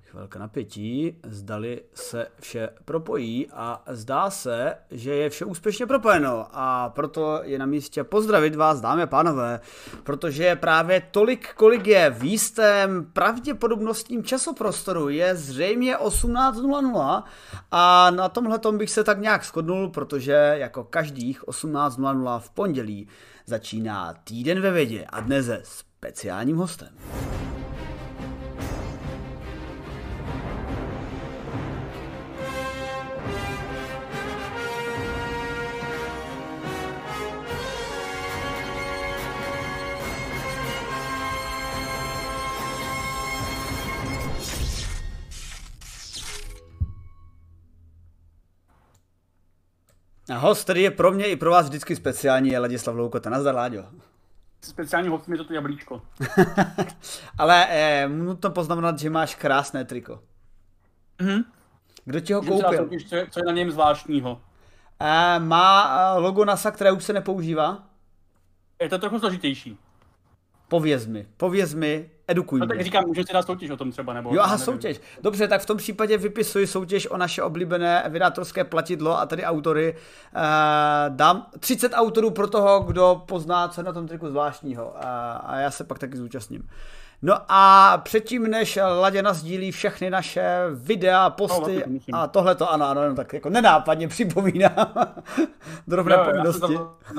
Chvilka napětí, zdali se vše propojí a zdá se, že je vše úspěšně propojeno a proto je na místě pozdravit vás, dámy a pánové, protože je právě tolik, kolik je v jistém pravděpodobnostním časoprostoru, je zřejmě 18:00 a na tomhletom bych se tak nějak shodnul, protože jako každých 18:00 v pondělí začíná Týden ve vědě a dnes je speciálním hostem. A host, který je pro mě i pro vás vždycky speciální, je Ladislav Loukota. Nazdar, Láďo. Speciální host mi to jablíčko. Ale nutno poznamenat, že máš krásné triko. Kdo ti ho koupil? Co je na něm zvláštního? Má logo NASA, které už se nepoužívá? Je to trochu složitější. Pověz mi, edukuj mě. No tak říkám, můžeme si dát soutěž o tom třeba, nebo... Jo, aha, soutěž. Dobře, tak v tom případě vypisuji soutěž o naše oblíbené vydátorské platidlo a tady autory. Dám 30 autorů pro toho, kdo pozná, co je na tom triku zvláštního. A já se pak taky zúčastním. No a předtím, než Laděna sdílí všechny naše videa, posty a tohleto, ano, tak jako nenápadně připomínám drobné povinnosti.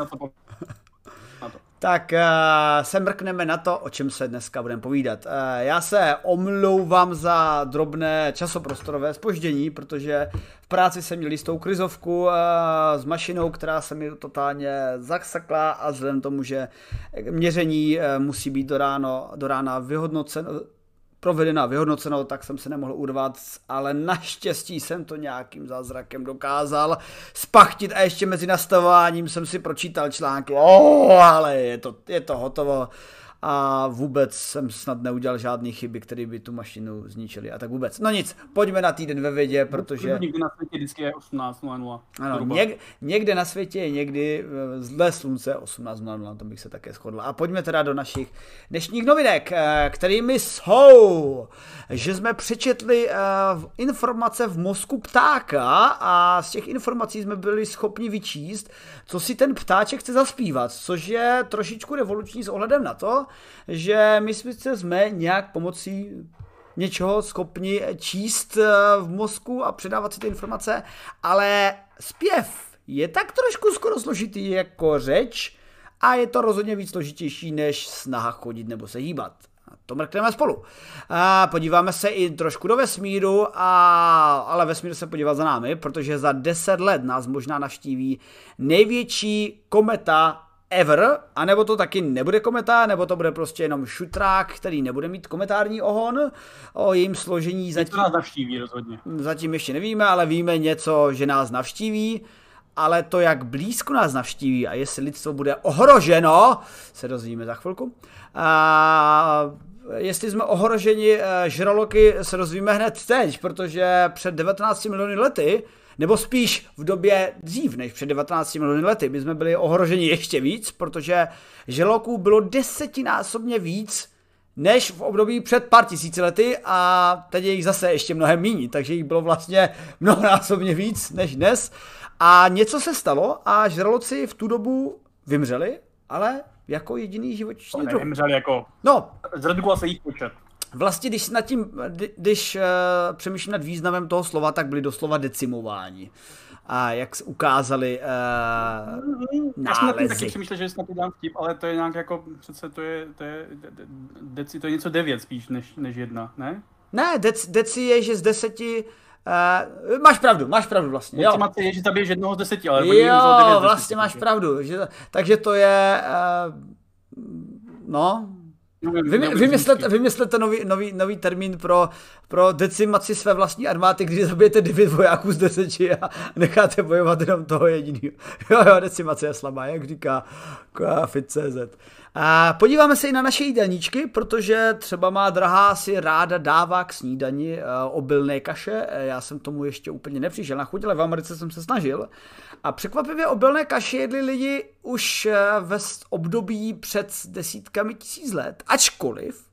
Tak se mrkneme na to, o čem se dneska budeme povídat. Já se omlouvám za drobné časoprostorové zpoždění, protože v práci jsem měl jistou krizovku s mašinou, která se mi totálně zasekla a vzhledem tomu, že měření musí být do rána vyhodnoceno, tak jsem se nemohl urvat, ale naštěstí jsem to nějakým zázrakem dokázal spachtit a ještě mezi nastavováním jsem si pročítal články, ale je to hotovo a vůbec jsem snad neudělal žádný chyby, které by tu mašinu zničily a tak vůbec. No nic, pojďme na Týden ve vědě, protože... Někdy na světě vždycky je 18:00. Ano, někde na světě je někdy zlé slunce 18:00, to bych se také shodl. A pojďme teda do našich dnešních novinek, kterými jsou, že jsme přečetli informace v mozku ptáka a z těch informací jsme byli schopni vyčíst, co si ten ptáček chce zaspívat, což je trošičku revoluční s ohledem na to, že my jsme nějak pomocí něčeho schopni číst v mozku a předávat si ty informace, ale zpěv je tak trošku skoro složitý jako řeč a je to rozhodně víc složitější než snaha chodit nebo se hýbat. To mrkneme spolu. Podíváme se i trošku do vesmíru, ale vesmír se podívá za námi, protože za 10 let nás možná navštíví největší kometa ever, anebo to taky nebude kometa, nebo to bude prostě jenom šutrák, který nebude mít kometární ohon. O jejím složení zatím... nás navštíví rozhodně. Zatím ještě nevíme, ale víme něco, že nás navštíví, ale to, jak blízko nás navštíví a jestli lidstvo bude ohroženo, se dozvíme za chvilku. Jestli jsme ohroženi žraloky, se dozvíme hned teď, protože před 19 miliony lety, nebo spíš v době dřív než před 19 miliony lety, my jsme byli ohroženi ještě víc, protože žraloků bylo 10násobně víc než v období před pár tisíci lety a teď je jich zase ještě mnohem méně, takže jich bylo vlastně mnohonásobně víc než dnes. A něco se stalo a žraloci v tu dobu vymřeli, ale jako jediný živočišný druh. Vymřeli jako... No. Zredukoval se jich počet. Vlastně, když přemýšlím nad významem toho slova, tak byli doslova decimováni. A jak ukázali nálezy. Já jsem na tím taky přemýšlel, že snad udělám vtip, ale to je nějak jako, přece to je něco 9 spíš než 1, ne? Ne, deci je, že z 10... máš pravdu vlastně. Decimace je, že zabiješ jednoho z 10, ale jo, vlastně máš pravdu. Takže to je... Vymyslete nový termín pro decimaci své vlastní armády, kdy zabijete 9 vojáků z 10 a necháte bojovat jenom toho jediného. Jo, decimace je slabá, jak říká Fit.cz. Podíváme se i na naše jídelníčky, protože třeba má drahá si ráda dává k snídani obilné kaše. Já jsem tomu ještě úplně nepřišel na chuť, ale v Americe jsem se snažil. A překvapivě obilné kaše jedli lidi už ve období před desítkami tisíc let, ačkoliv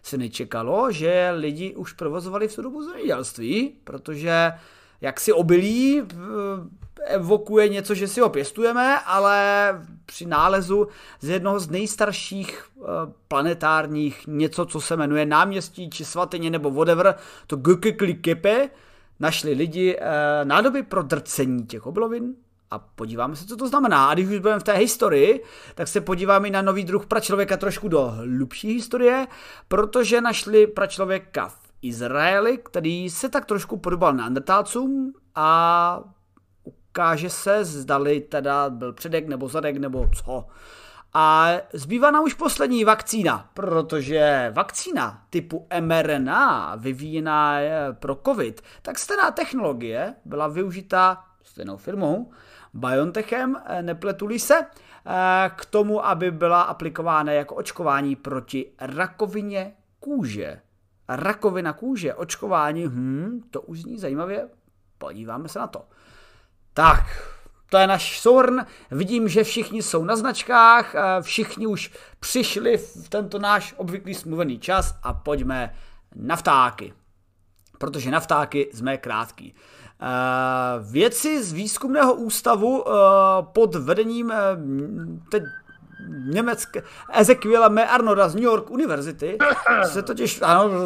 se nečekalo, že lidi už provozovali v tu dobu zemědělství, protože jak si obilí evokuje něco, že si ho pěstujeme, ale při nálezu z jednoho z nejstarších planetárních něco, co se jmenuje náměstí či svatyně nebo whatever, to Göbekli Tepe, našli lidi nádoby pro drcení těch obilovin a podíváme se, co to znamená. A když už budeme v té historii, tak se podíváme na nový druh pračlověka trošku do hlubší historie, protože našli pračlověka v Izraeli, který se tak trošku podobal neandertálcům a ukáže se, zdali teda byl předek nebo zadek nebo co. A zbývá nám už poslední vakcína, protože vakcína typu mRNA vyvíjená pro COVID, tak stejná technologie byla využita stejnou firmou, BioNTechem, nepletuli se, k tomu, aby byla aplikována jako očkování proti rakovině kůže. Rakovina kůže, očkování, to už zní zajímavě, podíváme se na to. Tak, to je náš souhrn, vidím, že všichni jsou na značkách, všichni už přišli v tento náš obvyklý smluvený čas a pojďme na vtáky, protože na vtáky jsme krátký. Vědci z výzkumného ústavu pod vedením teď německé Ezequiela M. Arnolda z New York University se totiž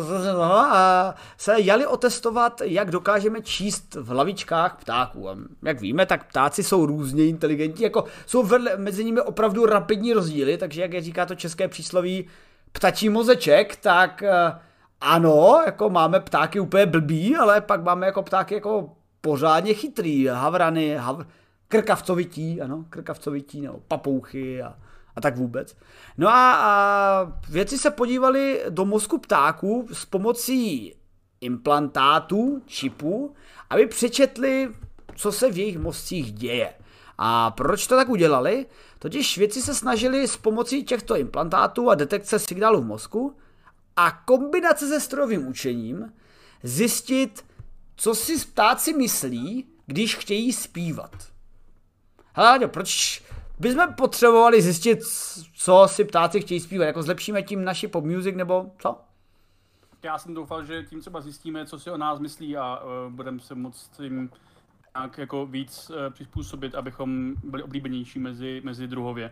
se jali otestovat, jak dokážeme číst v hlavičkách ptáků. A jak víme, tak ptáci jsou různě inteligentní, jako jsou mezi nimi opravdu rapidní rozdíly, takže jak je říká to české přísloví ptačí mozeček, tak ano, jako máme ptáky úplně blbý, ale pak máme jako ptáky jako pořádně chytrý, havrany, krkavcovití, ano, krkavcovití, nebo papouchy a tak vůbec. No a vědci se podívali do mozku ptáků s pomocí implantátů, čipů, aby přečetli, co se v jejich mozcích děje. A proč to tak udělali? Totiž vědci se snažili s pomocí těchto implantátů a detekce signálu v mozku a kombinace se strojovým učením zjistit, co si ptáci myslí, když chtějí zpívat. Hele, proč bychom potřebovali zjistit, co si ptáci chtějí zpívat? Jako zlepšíme tím naši pop music, nebo co? Já jsem doufal, že tím třeba zjistíme, co si o nás myslí a budeme se moct jim nějak jako víc přizpůsobit, abychom byli oblíbenější mezi druhově.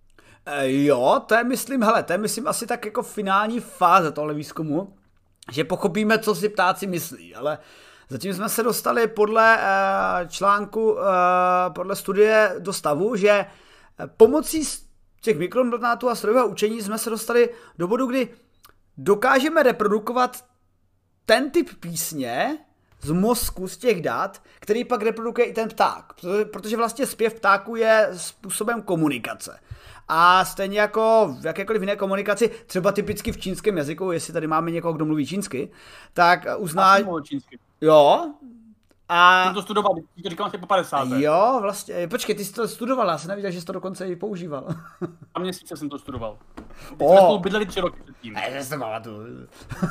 Jo, to je myslím asi tak jako finální fáze tohle výzkumu, že pochopíme, co si ptáci myslí, ale zatím jsme se dostali podle článku, podle studie do stavu, že pomocí těch mikroimplantátů a strojového učení jsme se dostali do bodu, kdy dokážeme reprodukovat ten typ písně z mozku, z těch dat, který pak reprodukuje i ten pták, protože vlastně zpěv ptáku je způsobem komunikace. A stejně jako v jakékoliv jiné komunikaci, třeba typicky v čínském jazyku, jestli tady máme někoho, kdo mluví čínsky, tak uzná... Jo. A... Jsem to studoval, ty to říkám asi po 50. Jo, vlastně, počkej, ty jsi to studoval, já jsem nevěděl, že jsi to dokonce i používal. A měsíce jsem to studoval. Jsme spolu bydleli 3 roky předtím. Já se pamatuju.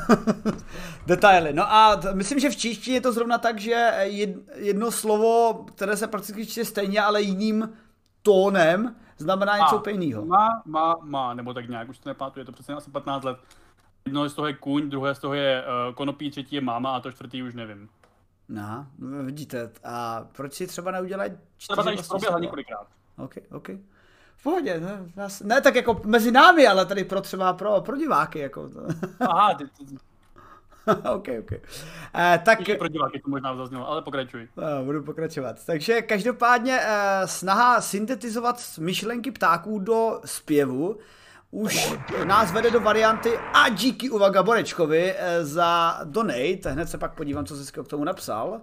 Detaily. No a myslím, že v čínštině je to zrovna tak, že jedno slovo, které se prakticky čte stejně, ale jiným tónem, znamená něco úplně jiného. Má, nebo tak nějak, už to nepamatuju, je to přesně asi 15 let. Jedno z toho je kůň, druhé z toho je konopí, třetí je máma a to čtvrtý už nevím. No, vidíte, a proč si třeba neudělají 4 třeba tady proběhla několikrát. OK. V pohodě, ne tak jako mezi námi, ale tady třeba pro diváky, jako. Aha, OK. Tak... pro diváky to možná zaznělo, ale pokračuj. Budu pokračovat. Takže každopádně snaha syntetizovat myšlenky ptáků do zpěvu už nás vede do varianty a díky uvaga Borečkovi za donate, hned se pak podívám, co jsi k tomu napsal.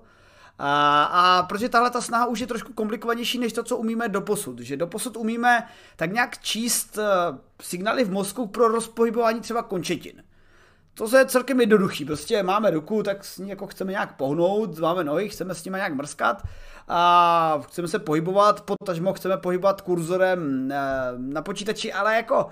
A protože tahle ta snaha už je trošku komplikovanější než to, co umíme doposud. Že doposud umíme tak nějak číst signály v mozku pro rozpohybování třeba končetin. To je celkem jednoduchý, prostě máme ruku, tak s ní jako chceme nějak pohnout, máme nohy, chceme s nimi nějak mrskat a chceme se pohybovat, potažmo chceme pohybovat kurzorem na počítači, ale jako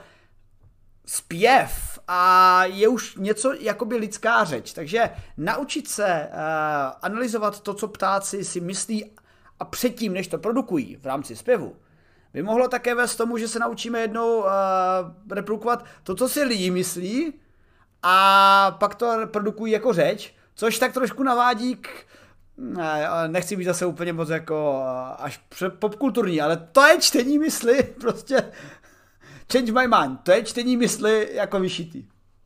zpěv a je už něco jakoby lidská řeč, takže naučit se analyzovat to, co ptáci si myslí a předtím, než to produkují v rámci zpěvu, by mohlo také vést tomu, že se naučíme jednou reprodukovat to, co si lidi myslí, a pak to produkují jako řeč, což tak trošku navádí k, nechci být zase úplně moc jako až popkulturní, ale to je čtení mysli, prostě change my mind, to je čtení mysli jako vyšitý.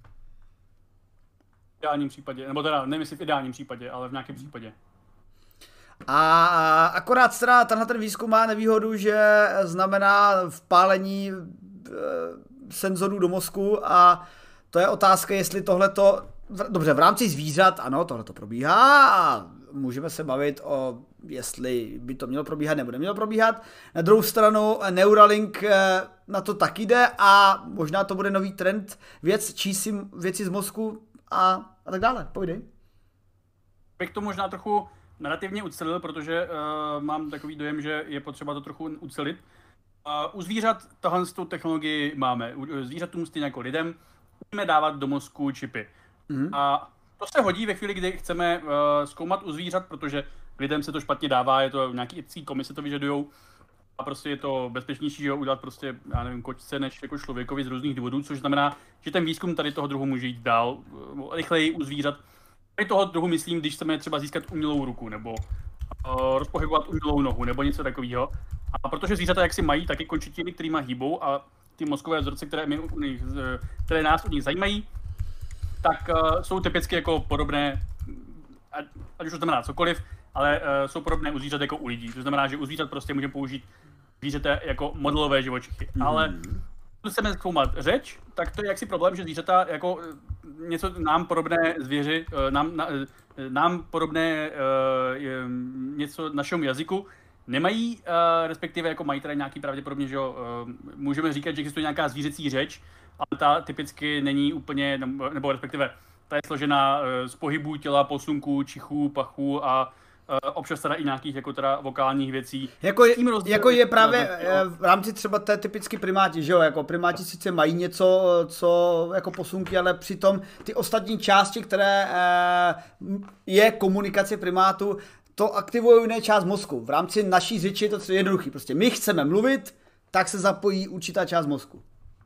V ideálním případě, nebo teda nevím, jestli v ideálním případě, ale v nějakém případě. A akorát teda tenhle ten výzkum má nevýhodu, že znamená vpálení senzorů do mozku a to je otázka, jestli tohleto, dobře, v rámci zvířat, ano, tohleto probíhá a můžeme se bavit o, jestli by to mělo probíhat nebo nemělo probíhat. Na druhou stranu Neuralink na to taky jde a možná to bude nový trend, číst si věci z mozku a tak dále, pojdej. Bych to možná trochu narrativně ucelil, protože mám takový dojem, že je potřeba to trochu ucelit. U zvířat tohle s tou technologii máme. U zvířatům stejně jako lidem můžeme dávat do mozku čipy. A to se hodí ve chvíli, kdy chceme zkoumat u zvířat, protože lidem se to špatně dává, je to nějaký etický komise to vyžadujou. A prostě je to bezpečnější, že ho udělat prostě, já nevím, kočce než jako člověkovi z různých důvodů, což znamená, že ten výzkum tady toho druhu může jít dál, rychleji u zvířat. Tady toho druhu myslím, když chceme třeba získat umělou ruku, nebo rozpohybovat umělou nohu, nebo něco takového. A protože zvířata jaksi mají taky končetiny, kterými hýbou a ty mozkové vzorce, které nás u nich zajímají, tak jsou typicky jako podobné, ať už to znamená cokoliv, ale jsou podobné u zvířat jako u lidí. To znamená, že u zvířat prostě můžeme použít zvířata jako modelové živočichy. Ale když chceme zkoumat řeč, tak to je jaksi problém, že zvířata jako něco nám podobné zvěři, nám podobné něco našemu jazyku nemají, respektive jako mají tady nějaký pravděpodobně, že můžeme říkat, že existuje nějaká zvířecí řeč, ale ta typicky není úplně, nebo respektive ta je složena z pohybů těla, posunků, čichů, pachů a občas teda i nějakých jako teda vokálních věcí. Jako je právě v rámci třeba té typicky primáti, že jo, jako primáti sice mají něco, co jako posunky, ale přitom ty ostatní části, které je komunikace primátů, to aktivuje jiné část mozku. V rámci naší řeči je to jednoduchý, prostě my chceme mluvit, tak se zapojí určitá část mozku.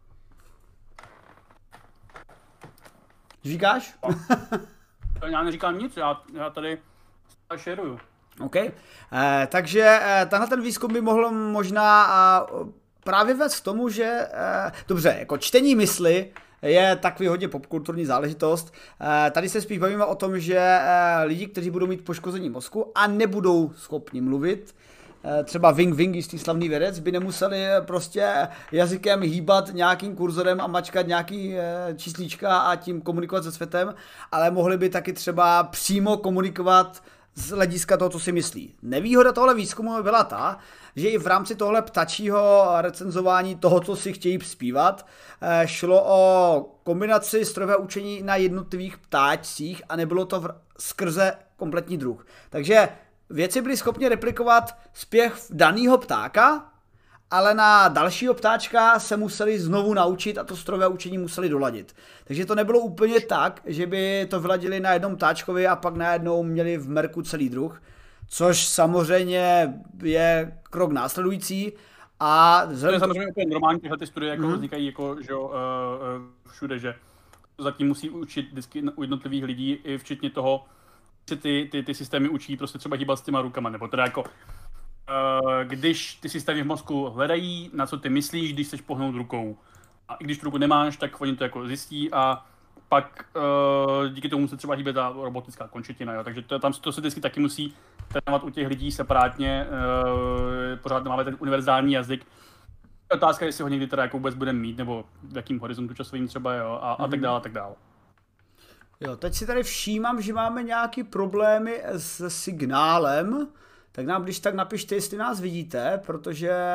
Říkáš? Já neříkám nic, já tady šeruju. OK. Takže tenhle ten výzkum by mohl možná právě vést k tomu, že dobře, jako čtení mysli je takový hodně popkulturní záležitost. Tady se spíš bavíme o tom, že lidi, kteří budou mít poškození mozku a nebudou schopni mluvit, třeba Wing Wing, jistý slavný vědec, by nemuseli prostě jazykem hýbat nějakým kurzorem a mačkat nějaký číslíčka a tím komunikovat se světem, ale mohli by taky třeba přímo komunikovat z hlediska toho, co si myslí. Nevýhoda tohle výzkumu byla ta, že i v rámci tohle ptačího recenzování toho, co si chtějí zpívat, šlo o kombinaci strojového učení na jednotlivých ptáčcích a nebylo to skrze kompletní druh. Takže vědci byli schopni replikovat zpěv daného ptáka, ale na dalšího ptáčka se museli znovu naučit a to strojové učení museli doladit. Takže to nebylo úplně tak, že by to vyladili na jednom ptáčkovi a pak najednou měli v merku celý druh, což samozřejmě je krok následující. A to je samozřejmě úplně normální, tyhle ty studie jako vznikají jako, že, všude, že zatím musí učit vždycky u jednotlivých lidí, i včetně toho, že ty systémy učí prostě třeba hýbat s těma rukama, nebo teda jako když ty systémy v mozku hledají, na co ty myslíš, když chceš pohnout rukou. A i když tu ruku nemáš, tak oni to jako zjistí a pak díky tomu se třeba hýbe ta robotická končetina. Jo. Takže to se vždycky taky musí trénovat u těch lidí separátně, pořád máme ten univerzální jazyk. Otázka je, jestli ho někdy teda jako vůbec budeme mít, nebo v jakým horizontu časovým třeba, jo, a tak dále, a tak dále. Jo, teď si tady všímám, že máme nějaké problémy s signálem, tak nám když tak napište, jestli nás vidíte, protože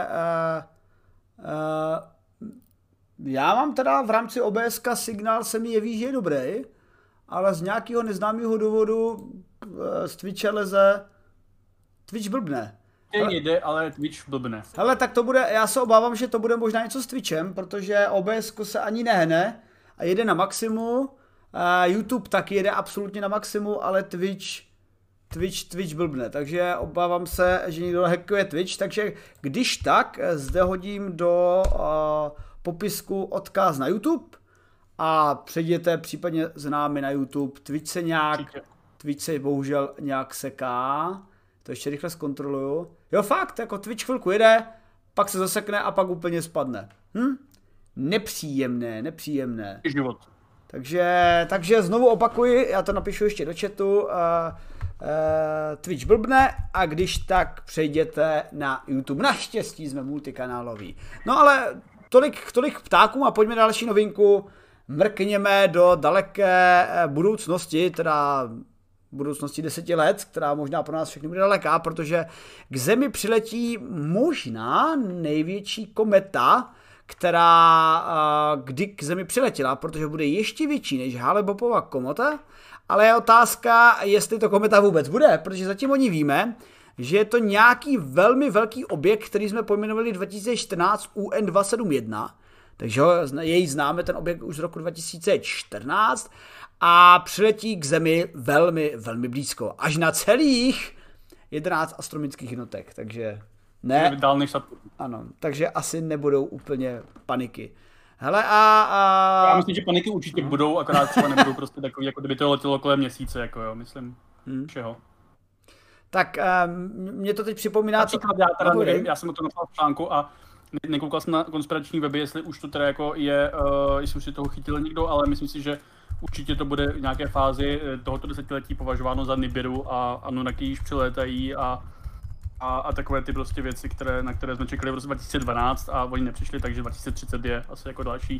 já mám teda v rámci OBS signál, se mi jeví, že je dobrý, ale z nějakého neznámého důvodu z Twitche leze, Twitch blbne. Jde, ale Twitch blbne. Hele, tak to bude, já se obávám, že to bude možná něco s Twitchem, protože OBS se ani nehne a jede na maximu, YouTube taky jede absolutně na maximu, ale Twitch blbne, takže obávám se, že někdo hackuje Twitch, takže když tak, zde hodím do popisku odkaz na YouTube a přejděte případně s námi na YouTube. Twitch se bohužel nějak seká. To ještě rychle zkontroluju. Jo fakt, jako Twitch chvilku jede, pak se zasekne a pak úplně spadne. Nepříjemné. Život. Takže znovu opakuji, já to napíšu ještě do chatu. Twitch blbne a když tak přejděte na YouTube. Naštěstí jsme multikanáloví. No ale tolik ptákům a pojďme na další novinku. Mrkněme do daleké budoucnosti, teda budoucnosti 10 let, která možná pro nás všechny bude daleká, protože k Zemi přiletí možná největší kometa, která kdy k Zemi přiletěla, protože bude ještě větší než Hale-Boppova kometa, ale je otázka, jestli to kometa vůbec bude, protože zatím oni víme, že je to nějaký velmi velký objekt, který jsme pojmenovali 2014 UN271, takže jej známe ten objekt už z roku 2014 a přiletí k Zemi velmi, velmi blízko, až na celých 11 astronomických jednotek, takže ne. Ano, takže asi nebudou úplně paniky. Hele Já myslím, že paniky určitě budou, akorát třeba nebudou prostě takový, jako kdyby to letělo kolem měsíce, jako jo, myslím, všeho. Tak mě to teď připomíná... Například já teda nevím, já jsem o to napsal v článku a nekoukal jsem na konspirační weby, jestli už to teda jako je, jestli už si toho chytil někdo, ale myslím si, že určitě to bude v nějaké fázi tohoto desetiletí považováno za Nibiru a Anunnaki již přilétají a takové ty prostě věci, na které jsme čekali v roce 2012 a oni nepřišli, takže 2030 je asi jako další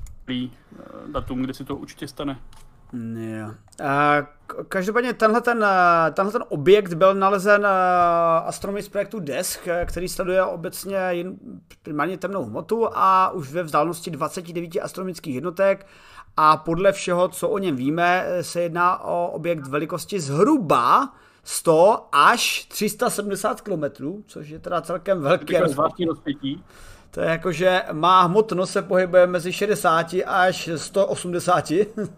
datum, kde si to určitě stane. Jo. Každopádně tenhle objekt byl nalezen astronomii z projektu DESC, který sleduje obecně primárně temnou hmotu a už ve vzdálenosti 29 astronomických jednotek a podle všeho, co o něm víme, se jedná o objekt velikosti zhruba 100 až 370 km, což je teda celkem velký rozpětí. To je jako, že má hmotnost se pohybuje mezi 60 až 180.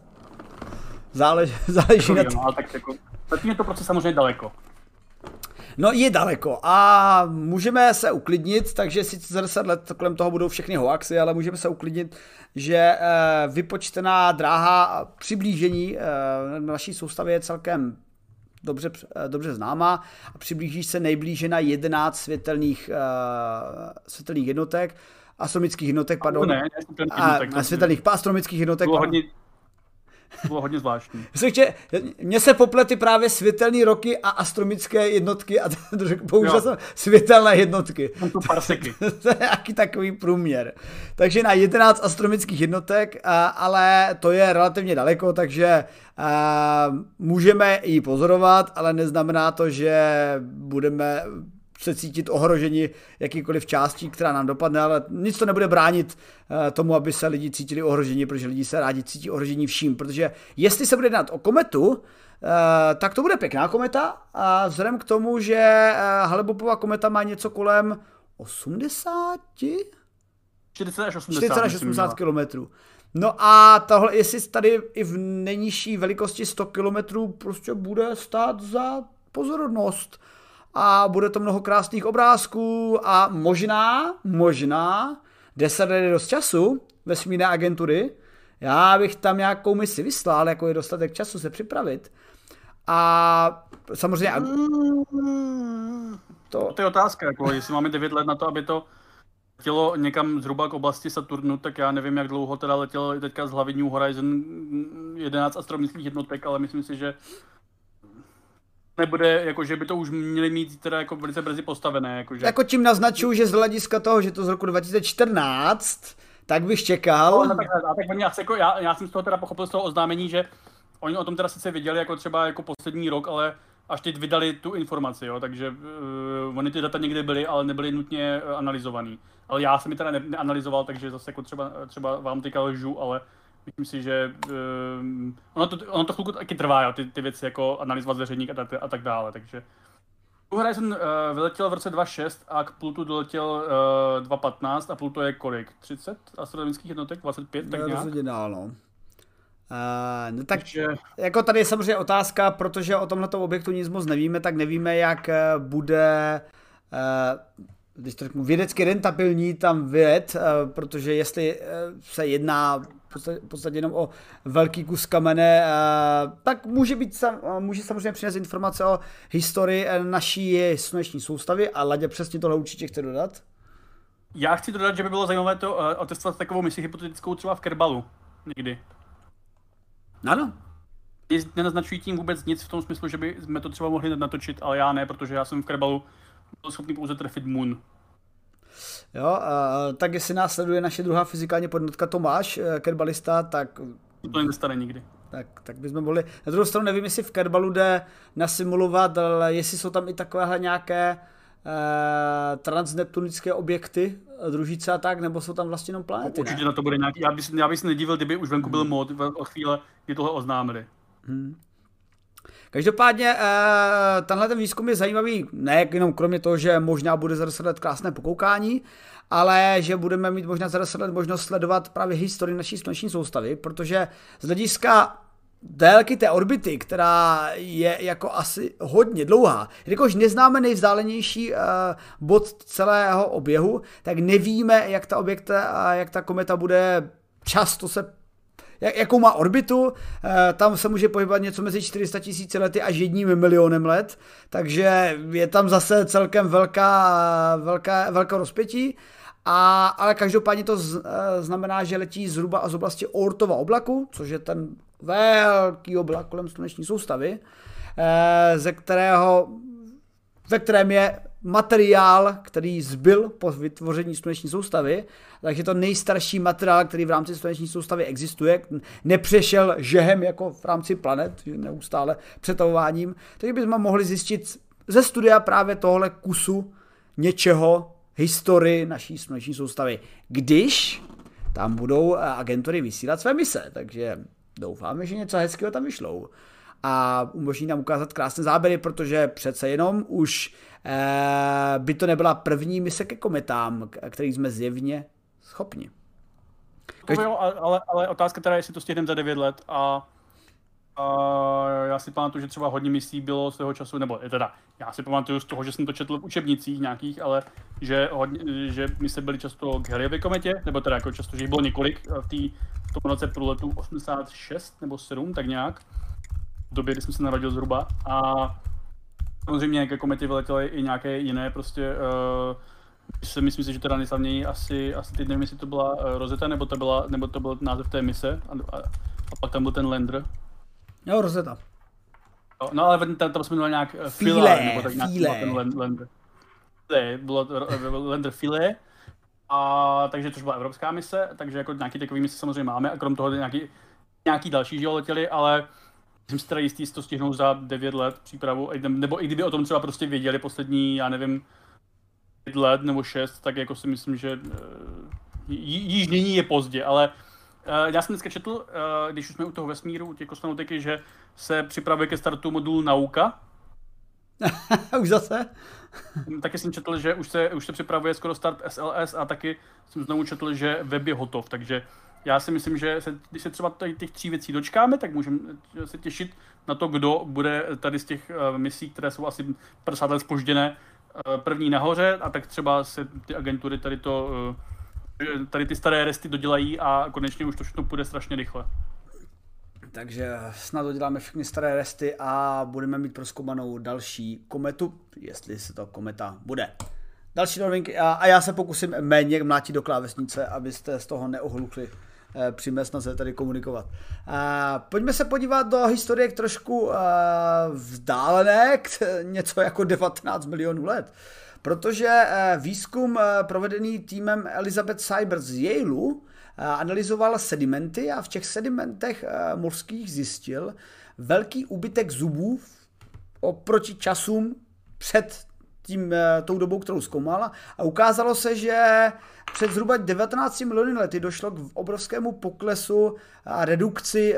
Záleží na to. Ale tak jako, zatím je to prostě samozřejmě daleko. No je daleko a můžeme se uklidnit, takže sice za 10 let kolem toho budou všechny hoaxy, ale můžeme se uklidnit, že vypočtená dráha přiblížení naší soustavy je celkem dobře známá a přiblíží se nejblíže na 11 světelných jednotek, astronomických jednotek, pardon. Světelných astronomických jednotek. Bylo hodně zvláštní. Mně se poplety právě světelné roky a astronomické jednotky a použil jsem světelné jednotky. To je nějaký takový průměr. Takže na 11 astronomických jednotek, ale to je relativně daleko, takže můžeme ji pozorovat, ale neznamená to, že budeme se cítit ohroženi jakýkoliv částí, která nám dopadne, ale nic to nebude bránit tomu, aby se lidi cítili ohroženi, protože lidi se rádi cítí ohrožení vším, protože jestli se bude jednat o kometu, tak to bude pěkná kometa a vzhledem k tomu, že Hale-Boppova kometa má něco kolem 80? 40 až 80 kilometrů. No a tohle, jestli tady i v nejnižší velikosti 100 kilometrů prostě bude stát za pozornost. A bude to mnoho krásných obrázků a možná 10 let dost času vesmírné agentury. Já bych tam nějakou misi vyslal, jako je dostatek času se připravit. A samozřejmě... To je otázka, jako jestli máme 9 let na to, aby to letělo někam zhruba k oblasti Saturnu, tak já nevím, jak dlouho teda letělo teďka z hlavy New Horizon 11 astronomických jednotek, ale myslím si, že nebude, jako, že by to už měli mít teda jako velice brzy postavené. Jako tím naznačuju, že z hlediska toho, že to z roku 2014, tak bych čekal. No, tak já jsem z toho teda pochopil z toho oznámení, že oni o tom teda sice věděli jako třeba jako poslední rok, ale až teď vydali tu informaci, jo, takže oni ty data někde byly, ale nebyly nutně analyzovaný. Ale já jsem je teda neanalyzoval, takže zase jako třeba vám teďka lžu, ale myslím si, že ono to chvilku taky trvá, jo, ty věci jako analyzovat zveřejník a tak dále, takže New Horizon vyletěl v roce 2006 a k Plutu doletěl 2015 a Pluto je kolik? 30 astronomických jednotek? 25? Tak nějak? Rozhodně dál, no. No tak jako tady je samozřejmě otázka, protože o tomhleto objektu nic moc nevíme, tak nevíme, jak bude když to řeknu, vědecky rentabilní tam vědět, protože jestli se jedná v podstatě jenom o velký kus kamene, tak může samozřejmě přinést informace o historii naší sluneční soustavy a Ladě přesně tohle určitě chce dodat. Já chci dodat, že by bylo zajímavé to otestovat takovou misi hypotetickou třeba v Kerbalu někdy. Ano. Nenaznačují tím vůbec nic v tom smyslu, že by jsme to třeba mohli natočit, ale já ne, protože já jsem v Kerbalu byl schopný pouze trefit Moon. Jo, tak jestli nás sleduje naše druhá fyzikální podnotka Tomáš, kerbalista, tak... To nedostane nikdy. Tak bychom mohli... Na druhou stranu nevím, jestli v Kerbalu jde nasimulovat, ale jestli jsou tam i takovéhle nějaké transneptunické objekty, družice a tak, nebo jsou tam vlastně jenom planety, určitě na to bude nějaký... Já bych se nedivil, kdyby už venku byl mod od chvíle, kdy tohle oznámili. Každopádně tenhle ten výzkum je zajímavý, ne jenom kromě toho, že možná bude za 10 let krásné pokoukání, ale že budeme mít možná za 10 let možnost sledovat právě historii naší sluneční soustavy, protože z hlediska délky té orbity, která je jako asi hodně dlouhá, jakož neznáme nejvzdálenější bod celého oběhu, tak nevíme, jak ta kometa bude často se jakou má orbitu, tam se může pohybovat něco mezi 400 000 lety až 1 milionem let, takže je tam zase celkem velké rozpětí, ale každopádně to znamená, že letí zhruba z oblasti Oortova oblaku, což je ten velký oblak kolem sluneční soustavy, ve kterém je materiál, který zbyl po vytvoření sluneční soustavy, takže to nejstarší materiál, který v rámci sluneční soustavy existuje, nepřešel žehem jako v rámci planet, neustále přetahováním, takže bychom mohli zjistit ze studia právě tohle kusu něčeho, historii naší sluneční soustavy, když tam budou agentury vysílat své mise, takže doufáme, že něco hezkého tam vyšlou. A umožní nám ukázat krásné záběry, protože přece jenom už by to nebyla první mise ke kometám, který jsme zjevně schopni. Ale otázka teda, jestli to stihneme za 9 let a já si pamatuju, že třeba hodně misí bylo svého času, nebo teda já si pamatuju z toho, že jsem to četl v učebnicích nějakých, ale že mise byly často k Halleyově kometě, nebo teda jako často, že jich bylo několik v tom roce pro letu 86 nebo 7, tak nějak. V době, kdy jsem se narodil zhruba a samozřejmě nějaké komety vyletěly i nějaké jiné prostě myslím si, že teda nejslavněji asi teď nevím, jestli to byla Rosetta, nebo to byl název té mise a pak tam byl ten Lander. Jo, Rosetta. No ale tam jsme měli nějak Philae, nebo tak nějak ten Lander. Bylo Lander Philae, a takže to byla evropská mise, takže jako nějaký takový mise samozřejmě máme a krom toho nějaký další, že jo, letěli, ale jsem si teda jistý, jestli to stihnou za 9 let přípravu, nebo i kdyby o tom třeba prostě věděli poslední, já nevím, 5 let nebo 6, tak jako si myslím, že již nyní je pozdě, ale já jsem dneska četl, když už jsme u toho vesmíru, u těch kosmonautiky, že se připravuje ke startu modul Nauka. Už zase? Taky jsem četl, že už se připravuje skoro start SLS a taky jsem znovu četl, že web je hotov, takže já si myslím, že když se třeba těch 3 věcí dočkáme, tak můžeme se těšit na to, kdo bude tady z těch misí, které jsou asi 50 let zpožděné, první nahoře a tak třeba se ty agentury tady ty staré resty dodělají a konečně už to všechno půjde strašně rychle. Takže snad doděláme všechny staré resty a budeme mít prozkoumanou další kometu, jestli se to kometa bude. Další novinky a já se pokusím méně mlátit do klávesnice, abyste z toho neohlukli při mé snaze tady komunikovat. Pojďme se podívat do historie trošku vzdálené, něco jako 19 milionů let. Protože výzkum provedený týmem Elizabeth Sybert z Yaleu analyzoval sedimenty a v těch sedimentech mořských zjistil velký úbytek zubů oproti časům před tou dobou, kterou zkoumala, a ukázalo se, že před zhruba 19 miliony lety došlo k obrovskému poklesu a redukci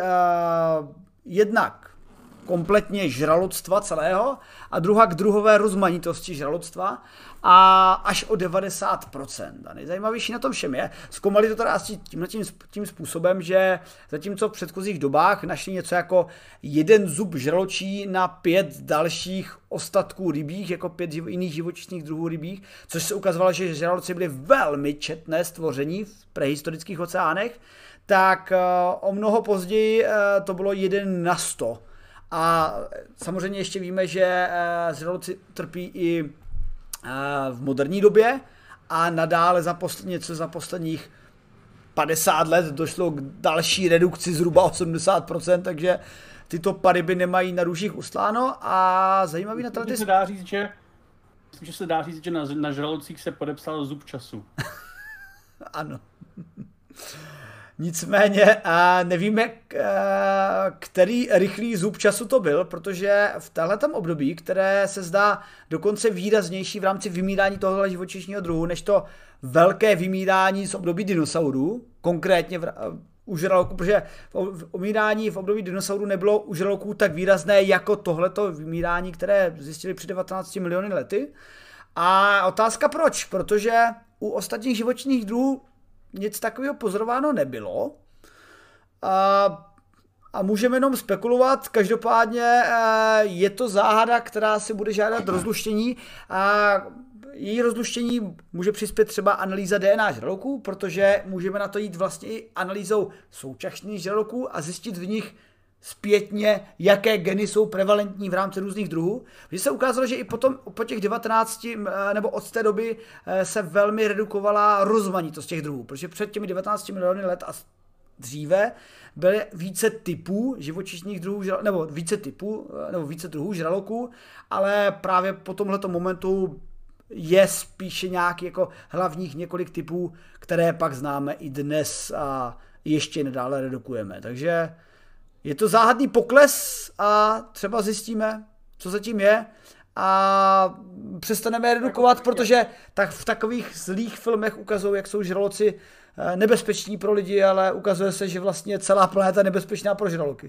jednak kompletně žraloctva celého a k druhové rozmanitosti žraloctva a až o 90%. A nejzajímavější na tom všem je, zkoumali to teda asi tím způsobem, že zatímco v předchozích dobách našli něco jako 1 zub žraločí na 5 dalších ostatků rybích, jako 5 jiných živočišných druhů rybích, což se ukazovalo, že žraloci byly velmi četné stvoření v prehistorických oceánech, tak o mnoho později to bylo 1/100. A samozřejmě ještě víme, že žraloci trpí i v moderní době a nadále za posledních 50 let došlo k další redukci zhruba 80%, takže tyto paryby nemají na růžích ustláno a zajímavý na to. Myslím, že se dá říct, že na žralocích se podepsal zub času. Ano. Nicméně nevíme, který rychlý zub času to byl, protože v téhletom období, které se zdá dokonce výraznější v rámci vymírání tohoto živočišního druhu, než to velké vymírání z období dinosaurů, konkrétně u žraloků, protože umírání v období dinosaurů nebylo u žraloků tak výrazné jako tohleto vymírání, které zjistili před 19 miliony lety. A otázka proč? Protože u ostatních živočišných druhů nic takového pozorováno nebylo. A můžeme jenom spekulovat, každopádně je to záhada, která si bude žádat rozluštění a její rozluštění může přispět třeba analýza DNA žraloků, protože můžeme na to jít vlastně i analýzou současných žraloků a zjistit v nich zpětně, jaké geny jsou prevalentní v rámci různých druhů. Když se ukázalo, že i po těch 19 nebo od té doby se velmi redukovala rozmanitost těch druhů, protože před těmi 19 miliony let a dříve byly více typů živočišných druhů, nebo více druhů žraloků, ale právě po tomhletom momentu je spíše nějaký jako hlavních několik typů, které pak známe i dnes a ještě nadále redukujeme. Takže je to záhadný pokles a třeba zjistíme, co zatím je a přestaneme redukovat, protože tak v takových zlých filmech ukazují, jak jsou žraloci nebezpeční pro lidi, ale ukazuje se, že vlastně celá planeta je nebezpečná pro žraloky.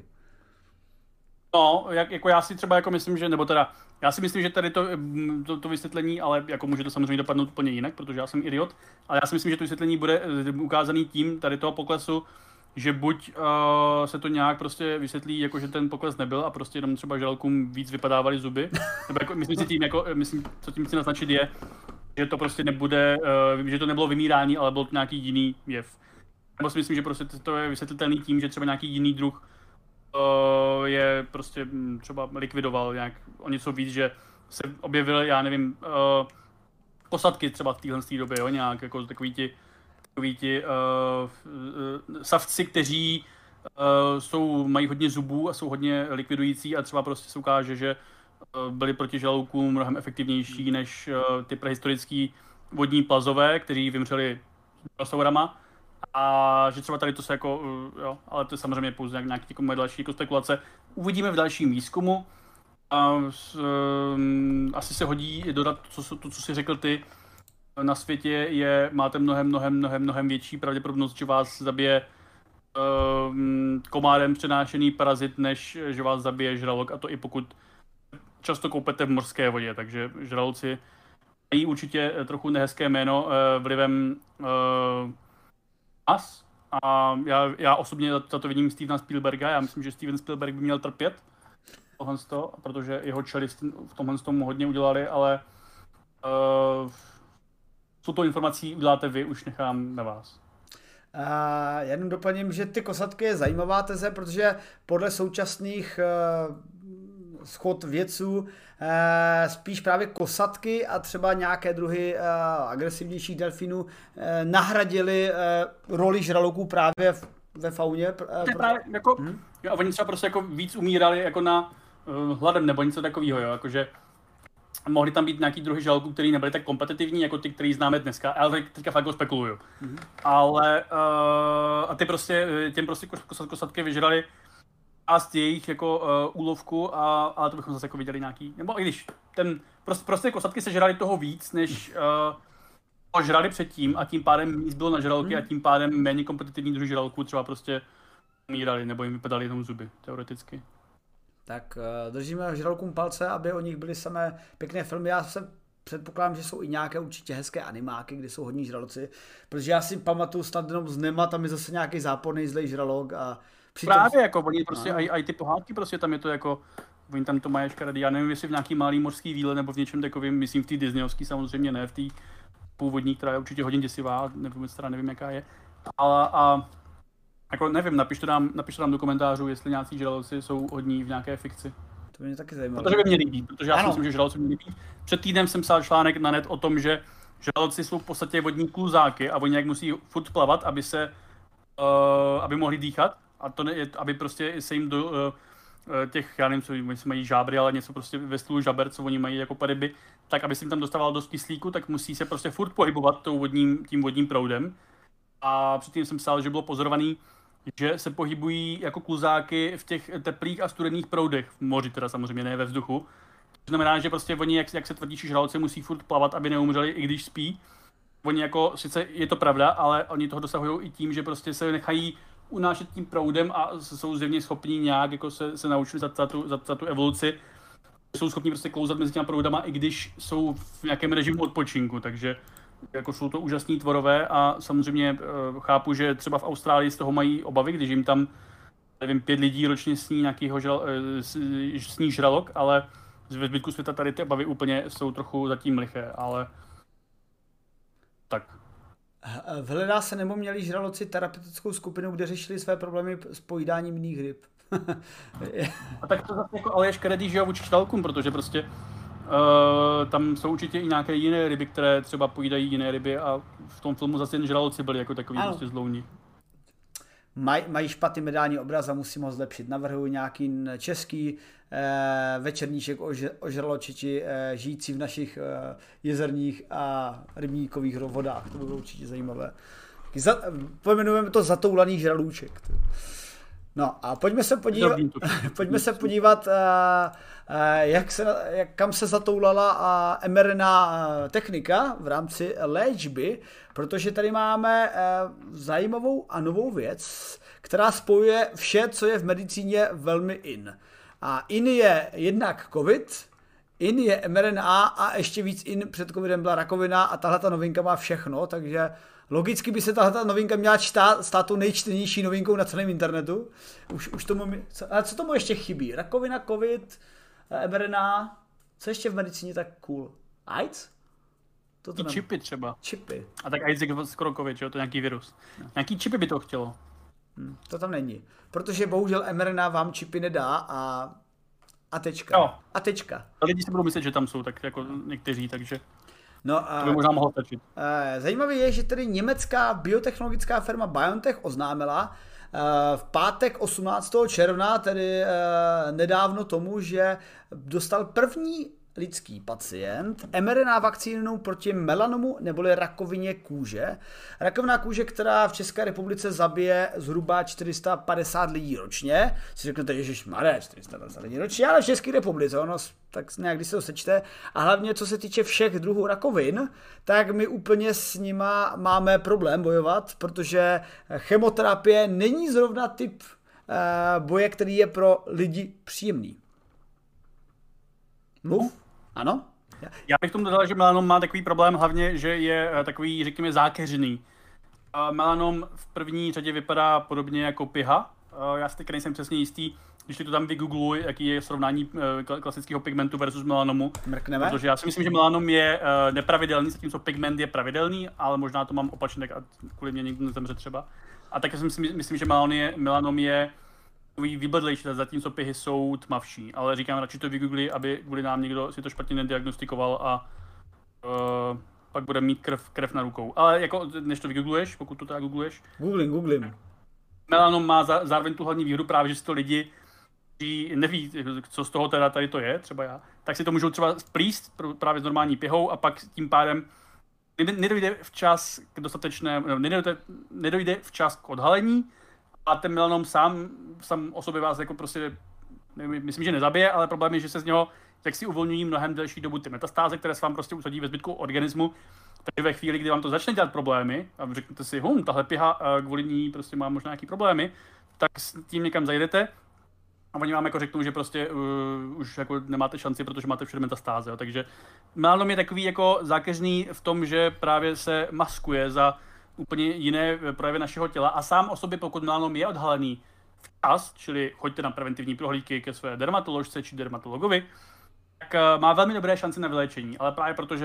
No, jako já si třeba jako myslím, že, nebo teda, já si myslím, že tady to vysvětlení, ale jako může to samozřejmě dopadnout úplně jinak, protože já jsem idiot, ale já si myslím, že to vysvětlení bude ukázaný tím tady toho poklesu, že buď se to nějak prostě vysvětlí, jako že ten pokles nebyl a prostě jenom třeba žralokům víc vypadávaly zuby, nebo jako, myslím, co tím chci naznačit je, že to prostě nebude, že to nebylo vymírání, ale byl to nějaký jiný jev. Nebo si myslím, že prostě to je vysvětlitelný tím, že třeba nějaký jiný druh je prostě třeba likvidoval nějak o něco víc, že se objevily, já nevím, posadky třeba v téhle době, jo, nějak jako takový ti savci, kteří mají hodně zubů a jsou hodně likvidující a třeba prostě se ukáže, že byli proti žralokům mnohem efektivnější než ty prehistorický vodní plazové, kteří vymřeli dinosaurama. A že třeba tady to se jako, jo, ale to je samozřejmě pouze nějaký jako moje další jako spekulace. Uvidíme v dalším výzkumu. Asi se hodí dodat to, co jsi řekl ty. Na světě máte mnohem větší pravděpodobnost, že vás zabije komárem přenášený parazit, než že vás zabije žralok, a to i pokud často koupete v mořské vodě, takže žraloci mají určitě trochu nehezké jméno vlivem nás. A já osobně za to vidím Stevena Spielberga, já myslím, že Steven Spielberg by měl trpět tohle, protože jeho čeli v tomhle tomu hodně udělali, ale co to informací uděláte vy, už nechám na vás. Jenom doplním, že ty kosatky je zajímavá teze, protože podle současných schod vědců spíš právě kosatky a třeba nějaké druhy agresivnějších delfínů nahradily roli žraloků právě ve fauně. A oni třeba prostě jako víc umírali jako na hladem nebo něco takového, jo, jakože mohli tam být nějaký druhy žraloků, který nebyly tak kompetitivní, jako ty, který známe dneska, ale teďka fakt spekuluju. Ale a těm prostě kosatky vyžrali část jejich jako úlovku, ale to bychom zase jako viděli nějaký, nebo i když prostě kosatky se žrali toho víc, než žrali předtím a tím pádem víc bylo na žraloky a tím pádem méně kompetitivní druhy žraloků třeba prostě umírali nebo jim vypadaly jenom zuby, teoreticky. Tak držíme žralokům palce, aby o nich byly samé pěkné filmy. Já se předpokládám, že jsou i nějaké určitě hezké animáky, kde jsou hodní žraloci, protože já si pamatuju snad jenom z Nema, tam je zase nějaký záporný zlej žralok a přitom... Právě jako oni prostě, i ty pohádky prostě tam je to jako, oni tam to mají škaredý, já nevím, jestli v nějaký malý mořský výlet nebo v něčem takovým, myslím v té disneyovský samozřejmě ne, v té původní, která je určitě hodně děsivá, nevím, jaká je, a Jako nevím, napište nám do komentářů, jestli nějací žraloci jsou hodní v nějaké fikci. To by mě taky zajímalo. Protože by mě líbí, protože já si myslím, že žraloci mě líbí. Před týdnem jsem psal článek na net o tom, že žraloci jsou v podstatě vodní kluzáky a oni jak musí furt plavat, aby mohli dýchat. A to ne, aby prostě se jim do těch, já nevím, co oni mají žábry, ale něco prostě ve stylu žaber, co oni mají jako ryby, tak aby se jim tam dostával dost kyslíku, tak musí se prostě furt pohybovat tím vodním proudem. A předtím jsem psal, že bylo pozorovaný, že se pohybují jako kluzáky v těch teplých a studených proudech, v moři teda samozřejmě, ne ve vzduchu. To znamená, že prostě oni, jak se tvrdí, že žraloci musí furt plavat, aby neumřeli, i když spí. Oni jako, sice je to pravda, ale oni toho dosahují i tím, že prostě se nechají unášet tím proudem a jsou zjevně schopní nějak jako se naučili za tu evoluci. Jsou schopni prostě klouzat mezi těma proudama, i když jsou v nějakém režimu odpočinku, takže jako jsou to úžasní tvorové a samozřejmě chápu, že třeba v Austrálii z toho mají obavy, když jim tam, nevím, 5 lidí ročně sní nějakýho sní žralok, ale ve zbytku světa tady ty obavy úplně jsou trochu zatím liché, ale tak. V Hledá se nebo měli žraloci terapeutickou skupinu, kde řešili své problémy s pojídáním jiných ryb. A tak to zase jako ale je škaredý, že jo, vůči žralokům, protože prostě tam jsou určitě i nějaké jiné ryby, které třeba pojídají jiné ryby a v tom filmu zase jen žraloci byli jako takový prostě zlouni. Mají špatný mediální obraz a musím ho zlepšit. Navrhuji nějaký český večerníček o žraločiči žijící v našich jezerních a rybníkových vodách. To by bylo určitě zajímavé. Pojmenujeme to zatoulaný žralůček. No a pojďme se podívat, kam se zatoulala mRNA technika v rámci léčby, protože tady máme zajímavou a novou věc, která spojuje vše, co je v medicíně velmi in. A in je jednak COVID, in je mRNA a ještě víc in před covidem byla rakovina a tahle ta novinka má všechno, takže logicky by se tahle novinka měla stát tou nejčtenější novinkou na celém internetu. Už tomu, ale co tomu ještě chybí? Rakovina, covid, mRNA, co ještě v medicíně tak cool? AIDS? I čipy třeba. Čipy. A tak AIDS je skoro covid, že jo? To je nějaký virus. No. Nějaký čipy by to chtělo. To tam není. Protože bohužel mRNA vám čipy nedá a tečka. Jo. A tečka. A lidi si budou myslet, že tam jsou, tak jako někteří, takže no to by možná mohlo stačit. Zajímavé je, že tedy německá biotechnologická firma BioNTech oznámila v pátek 18. června, tedy nedávno tomu, že dostal první lidský pacient mRNA vakcínou proti melanomu neboli rakovině kůže. Rakovina kůže, která v České republice zabije zhruba 450 lidí ročně. Si řeknete, ježišmarja, 450 lidí ročně, ale v České republice, ono tak nějak, když se to sečte. A hlavně, co se týče všech druhů rakovin, tak my úplně s nima máme problém bojovat, protože chemoterapie není zrovna typ boje, který je pro lidi příjemný. Mluv? Ano? Já bych tomu dodal, že melanom má takový problém, hlavně, že je takový, řekněme, zákeřný. Melanom v první řadě vypadá podobně jako piha. Já si teď nejsem přesně jistý, když to tam vygoogluji, jaký je srovnání klasického pigmentu versus melanomu. Mrkneme? Protože já si myslím, že melanom je nepravidelný, zatímco pigment je pravidelný, ale možná to mám opačně, tak kvůli mě někdo nezemře třeba. A také si myslím, že melanom je vybledlejší, zatímco pihy jsou tmavší, ale říkám, radši to vygoogli, aby kvůli nám někdo si to špatně nediagnostikoval a pak bude mít krev na rukou. Ale jako, než to vygoogluješ, pokud to teda googluješ. Googlim. Melanom má zároveň tu hlavní výhodu právě, že si to lidi, kteří neví, co z toho teda tady to je, třeba já, tak si to můžou třeba splíst právě s normální pihou a pak tím pádem nedojde včas k nedojde včas k odhalení a ten melanom sám o sobě vás jako prostě, myslím, že nezabije, ale problém je, že se z něho tak si uvolňují mnohem delší dobu ty metastáze, které se vám prostě usadí ve zbytku organismu. Takže ve chvíli, kdy vám to začne dělat problémy a řeknete si, tahle piha kvůli ní prostě má možná nějaký problémy, tak s tím někam zajdete a oni vám jako řeknou, že prostě už jako nemáte šanci, protože máte všude metastáze. Jo. Takže melanom je takový jako zákeřný v tom, že právě se maskuje za úplně jiné projevy našeho těla a sám o sobě, pokud melanom je odhalený včas, čili choďte na preventivní prohlídky ke své dermatoložce či dermatologovi, tak má velmi dobré šance na vyléčení, ale právě protože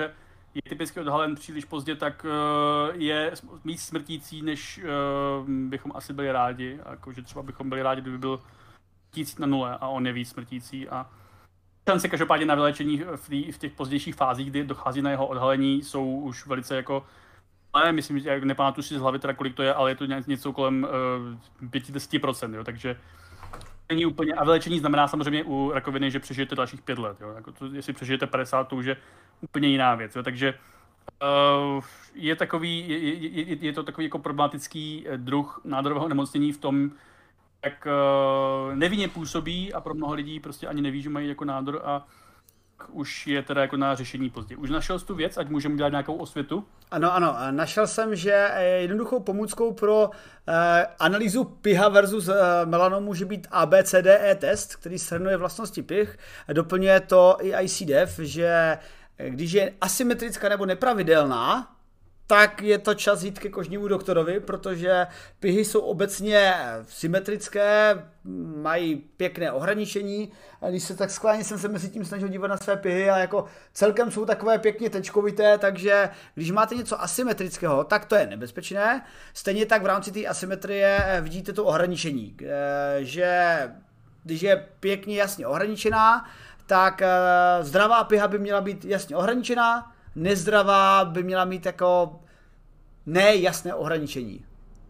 je typicky odhalen příliš pozdě, tak je víc smrtící, než bychom asi byli rádi. Jakože třeba bychom byli rádi, kdyby byl smrtící na 0 a on je víc smrtící. A šance každopádně na vyléčení v těch pozdějších fázích, kdy dochází na jeho odhalení, jsou už velice jako... Ale myslím, že nepamatuji si z hlavy teda, kolik to je, ale je to něco kolem 5-10%, jo, takže není úplně... A vylečení znamená samozřejmě u rakoviny, že přežijete dalších 5 let, jo, jako to, jestli přežijete 50, to už je úplně jiná věc, jo, takže je to takový jako problematický druh nádorového onemocnění v tom, jak nevinně působí a pro mnoho lidí prostě ani neví, že mají jako nádor a už je teda jako na řešení později. Už našel jsi tu věc, ať můžeme dělat nějakou osvětu? Ano, našel jsem, že jednoduchou pomůckou pro analýzu piha versus melanomu může být ABCDE test, který shrnuje vlastnosti pih. Doplňuje to i ICDF, že když je asymetrická nebo nepravidelná, tak je to čas jít ke kožnímu doktorovi, protože pihy jsou obecně symetrické, mají pěkné ohraničení. A když se tak skláně jsem se mezi tím snažil dívat na své pihy a jako celkem jsou takové pěkně tečkovité, takže když máte něco asymetrického, tak to je nebezpečné. Stejně tak v rámci té asymetrie vidíte to ohraničení, že když je pěkně jasně ohraničená, tak zdravá piha by měla být jasně ohraničená, nezdravá by měla mít jako nejasné ohraničení.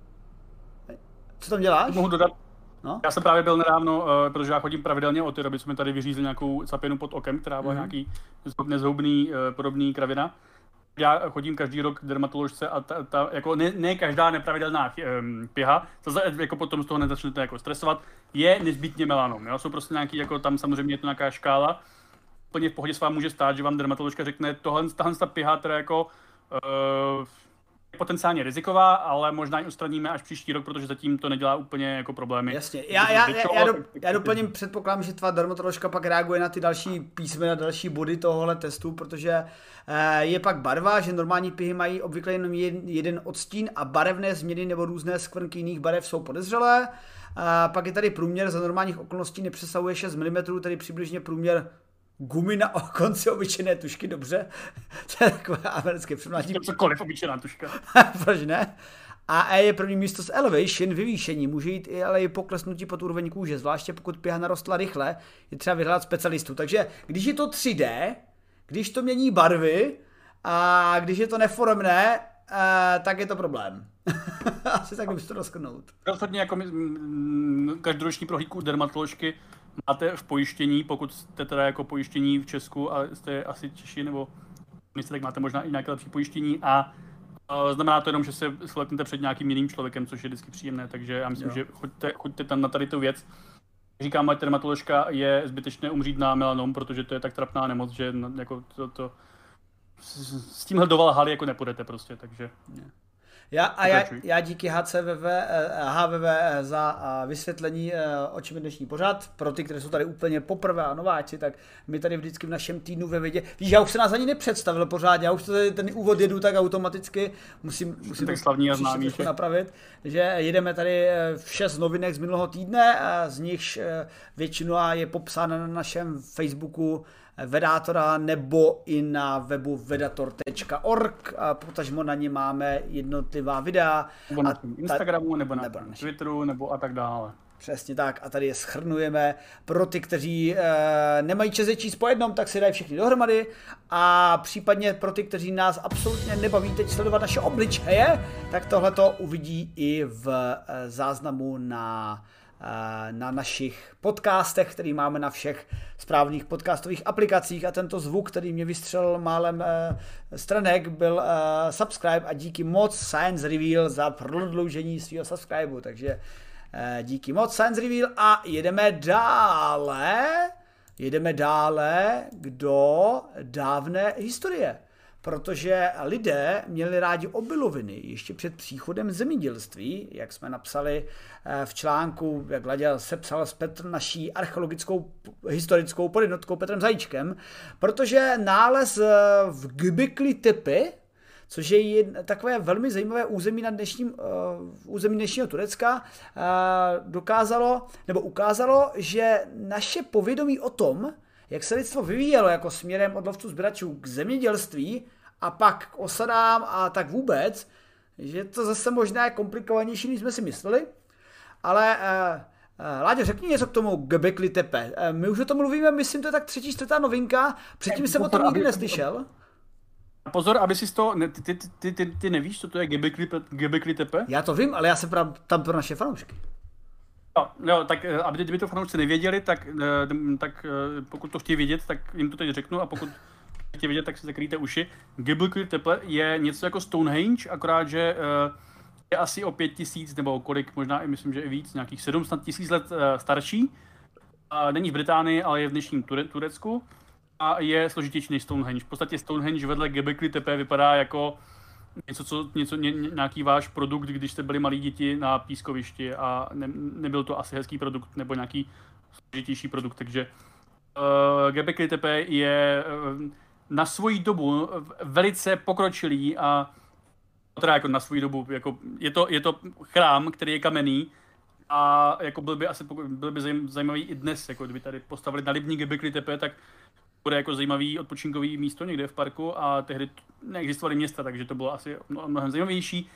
Co tam děláš? Mohu dodat? No? Já jsem právě byl nedávno, protože já chodím pravidelně od té doby, co mi tady vyřízli nějakou capinu pod okem, která byla nějaký nezhoubný podobný kravina. Já chodím každý rok k dermatoložce a jako ne každá nepravidelná piha, zase jako potom z toho nezačnete jako stresovat, je nezbytně melanom. Jo? Jsou prostě nějaký, jako tam samozřejmě je to nějaká škála. Úplně v pohodě s vámi může stát, že vám dermatoložka řekne, tahle piha teda jako je potenciálně riziková, ale možná ji odstraníme až příští rok, protože zatím to nedělá úplně jako problémy. Jasně, já doplním, předpokládám, že tvá dermatoložka pak reaguje na ty další písmena, další body tohohle testu, protože je pak barva, že normální pihy mají obvykle jenom jeden odstín a barevné změny nebo různé skvrnky jiných barev jsou podezřelé. Pak je tady průměr, za normálních okolností nepřesahuje 6 mm, tedy přibližně průměr gumy na konci obyčejné tušky, dobře. To je takové americké přemlátí. Cokoliv obyčejná tuška. Proč ne? A E je první místo s elevation, vyvýšení. Může jít ale i poklesnutí pod úroveň kůže, zvláště pokud piha narostla rychle, je třeba vyhledat specialistu. Takže když je to 3D, když to mění barvy a když je to neforemné, tak je to problém. Asi tak bych to rozhodnout. Rozhodně jako každoroční prohlídku u dermatoložky máte v pojištění, pokud jste teda jako pojištění v Česku a jste asi Češi, nebo myslíte, tak máte možná i nějaké lepší pojištění a znamená to jenom, že se shleknete před nějakým jiným člověkem, což je vždycky příjemné, takže já myslím, že choďte tam na tady tu věc. Říkám, ať dermatoložka je zbytečné umřít na melanom, protože to je tak trapná nemoc, že jako s tímhle do Valhaly jako nepůjdete prostě, takže... Já díky HVV za vysvětlení, o čem je dnešní pořad. Pro ty, kteří jsou tady úplně poprvé a nováči, tak my tady vždycky v našem týdnu ve vědě. Víš, já už se nás ani nepředstavil pořádně, já už ten úvod jedu tak automaticky, musím tak slavný a známý, to napravit, že jedeme tady 6 novinek z minulého týdne, a z nichž většinu je popsána na našem Facebooku Vedátora nebo i na webu vedator.org a potažmo na ně máme jednotlivá videa. Nebo na Instagramu, nebo na Twitteru, nebo a tak dále. Přesně tak a tady je shrnujeme. Pro ty, kteří nemají čas je číst po jednom, tak si dají všechny dohromady a případně pro ty, kteří nás absolutně nebaví teď sledovat naše obličeje, tak tohleto uvidí i v záznamu na našich podcastech, který máme na všech správných podcastových aplikacích a tento zvuk, který mě vystřelil málem stranek, byl subscribe a díky moc Science Reveal za prodloužení svého subscribeu, takže díky moc Science Reveal a jedeme dále do dávné historie. Protože lidé měli rádi obiloviny ještě před příchodem zemědělství, jak jsme napsali v článku, jak Laďa sepsal s naší archeologickou historickou podjednotkou Petrem Zajíčkem, protože nález v Göbekli Tepe, což je takové velmi zajímavé území na území dnešního Turecka, ukázalo, že naše povědomí o tom, jak se lidstvo vyvíjelo jako směrem od lovců sběračů k zemědělství a pak k osadám a tak vůbec, že to zase možná je komplikovanější, než jsme si mysleli. Ale Láďo, řekni něco k tomu Göbekli Tepe. My už o tom mluvíme, myslím, to je tak 3., 4. novinka. Předtím jsem o tom nikdy neslyšel. Pozor, aby si to... Ty nevíš, co to je Göbekli Tepe? Já to vím, ale já jsem tam pro naše fanoušky. No, tak kdyby to fanoušci nevěděli, tak pokud to chtějí vědět, tak jim to teď řeknu, a pokud chtějí vědět, tak si zakrýjte uši. Göbekli Tepe je něco jako Stonehenge, akorát, že je asi o 5000 nebo kolik, možná i myslím, že i víc, nějakých 700 000 let starší. Není v Británii, ale je v dnešním Turecku a je složitější než Stonehenge. V podstatě Stonehenge vedle Göbekli Tepe vypadá jako nějaký váš produkt, když jste byli malí děti na pískovišti a nebyl to asi hezký produkt nebo nějaký složitější produkt, takže Göbekli Tepe je na svoji dobu velice pokročilý a teda jako na svoji dobu, jako je to chrám, který je kamenný a jako byl by zajímavý i dnes, jako kdyby tady postavili na Libní Göbekli Tepe, tak bude jako zajímavý odpočinkový místo někde v parku a tehdy neexistovaly města, takže to bylo asi mnohem zajímavější.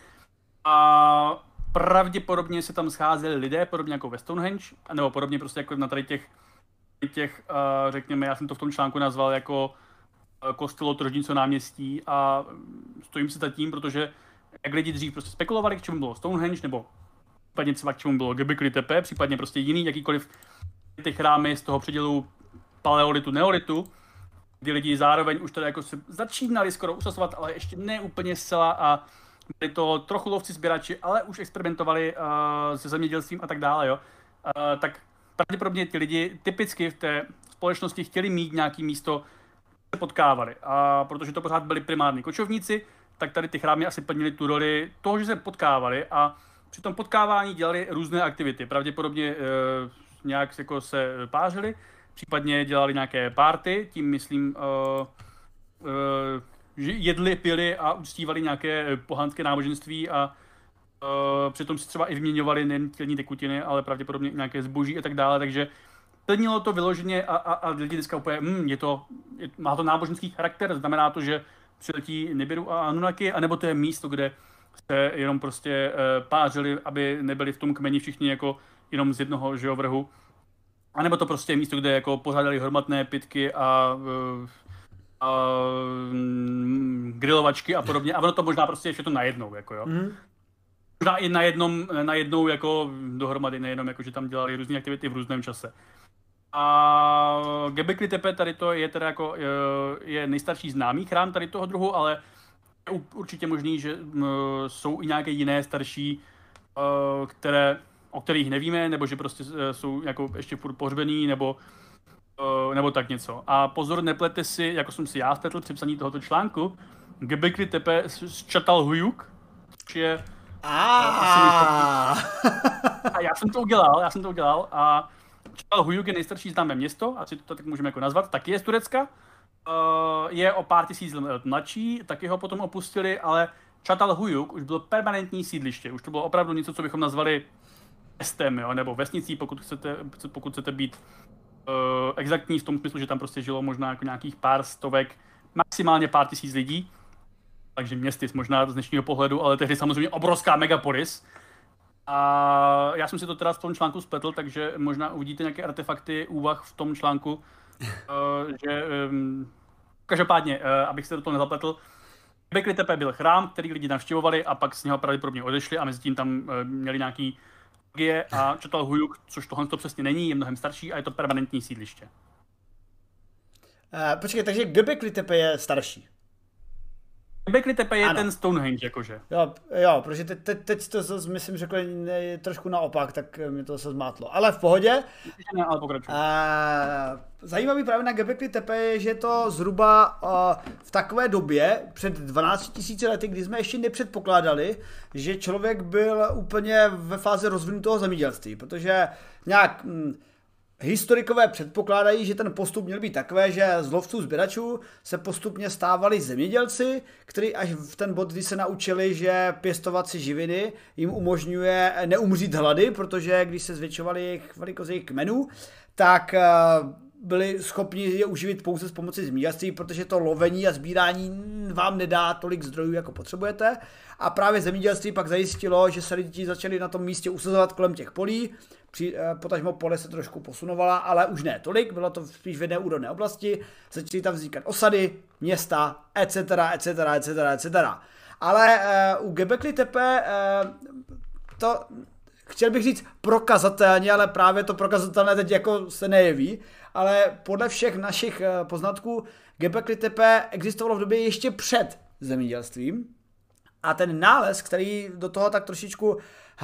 A pravděpodobně se tam scházeli lidé, podobně jako ve Stonehenge, nebo podobně prostě jako na tady těch řekněme, já jsem to v tom článku nazval jako kostelo Tržnico náměstí a stojím si za tím, protože jak lidi dřív prostě spekulovali, k čemu bylo Stonehenge, nebo případně třeba k čemu bylo Göbekli Tepe, případně prostě jiný jakýkoliv ty chrámy z toho předělu paleolitu, neolitu, kdy lidi zároveň už tady jako se začínali skoro usazovat, ale ještě ne úplně zcela a byli to trochu lovci sběrači, ale už experimentovali se zemědělstvím a tak dále, jo. Tak pravděpodobně ti lidi typicky v té společnosti chtěli mít nějaký místo, kde se potkávali. A protože to pořád byli primární kočovníci, tak tady ty chrámy asi plnili tu roli toho, že se potkávali a při tom potkávání dělali různé aktivity. Pravděpodobně nějak jako se pářili, případně dělali nějaké party, tím myslím, jedli, pili a uctívali nějaké pohanské náboženství a přitom si třeba i vyměňovali nejen tělní tekutiny, ale pravděpodobně i nějaké zboží a tak dále, takže plnilo to vyloženě a lidi dneska úplně, má to náboženský charakter, znamená to, že přiletí Nibiru a Anunnaki, anebo to je místo, kde se jenom prostě pářili, aby nebyli v tom kmeni všichni jako jenom z jednoho vrhu. A nebo to prostě je místo, kde jako pořádali hromadné pitky a grilovačky a podobně. A ono to možná prostě ještě to najednou, jako jo. Možná i najednou jako dohromady, nejenom jako, že tam dělali různé aktivity v různém čase. A Göbekli Tepe tady to je teda jako, je nejstarší známý chrám tady toho druhu, ale je určitě možný, že jsou i nějaké jiné starší, o kterých nevíme, nebo že prostě jsou jako ještě furt pohřbený, nebo tak něco. A pozor, neplete si, jako jsem si já spletl při psaní tohoto článku, Göbekli Tepe z Çatalhöyük, což je... A já jsem to udělal a Çatalhöyük je nejstarší známé město, asi to tak můžeme jako nazvat, taky je z Turecka. Je o pár tisíc let mladší, taky ho potom opustili, ale Çatalhöyük už bylo permanentní sídliště, už to bylo opravdu něco, co bychom nazvali městem, jo, nebo vesnicí, pokud chcete být exaktní v tom smyslu, že tam prostě žilo možná jako nějakých pár stovek, maximálně pár tisíc lidí, takže městy možná z dnešního pohledu, ale tehdy samozřejmě obrovská megapolis. A já jsem si to teda v tom článku spletl, takže možná uvidíte nějaké artefakty úvah v tom článku, že každopádně, abych se do toho nezapletl, Göbekli Tepe byl chrám, který lidi navštěvovali a pak z něho pravděpodobně odešli a mezi tím tam měli nějaký magie a Çatalhöyük, což tohle to přesně není, je mnohem starší a je to permanentní sídliště. Počkej, takže Göbekli Tepe je starší. Göbekli Tepe je ten Stonehenge, jakože. Jo, protože teď to myslím řekl trošku naopak, tak mě to se zmátlo. Ale v pohodě. Ne, ale pokračuj. Zajímavý právě na Göbekli Tepe je, že je to zhruba v takové době, před 12 000 lety, kdy jsme ještě nepředpokládali, že člověk byl úplně ve fázi rozvinutého zemědělství, protože nějak... Historikové předpokládají, že ten postup měl být takové, že z lovců sběračů se postupně stávali zemědělci, kteří až v ten bod, kdy se naučili, že pěstovat si živiny jim umožňuje neumřít hlady, protože když se zvětšovaly velikost jejich kmenů, tak byli schopni je uživit pouze s pomocí zemědělství, protože to lovení a sbírání vám nedá tolik zdrojů, jako potřebujete. A právě zemědělství pak zajistilo, že se lidi začali na tom místě usazovat kolem těch polí. Potažmo pole se trošku posunovala, ale už ne tolik, bylo to spíš v jedné úrodné oblasti. Začaly tam vznikat osady, města, etc., etc., etc., etc. Ale u Göbekli Tepe to, chtěl bych říct prokazatelně, ale právě to prokazatelné teď jako se nejeví, ale podle všech našich poznatků Göbekli Tepe existovalo v době ještě před zemědělstvím a ten nález, který do toho tak trošičku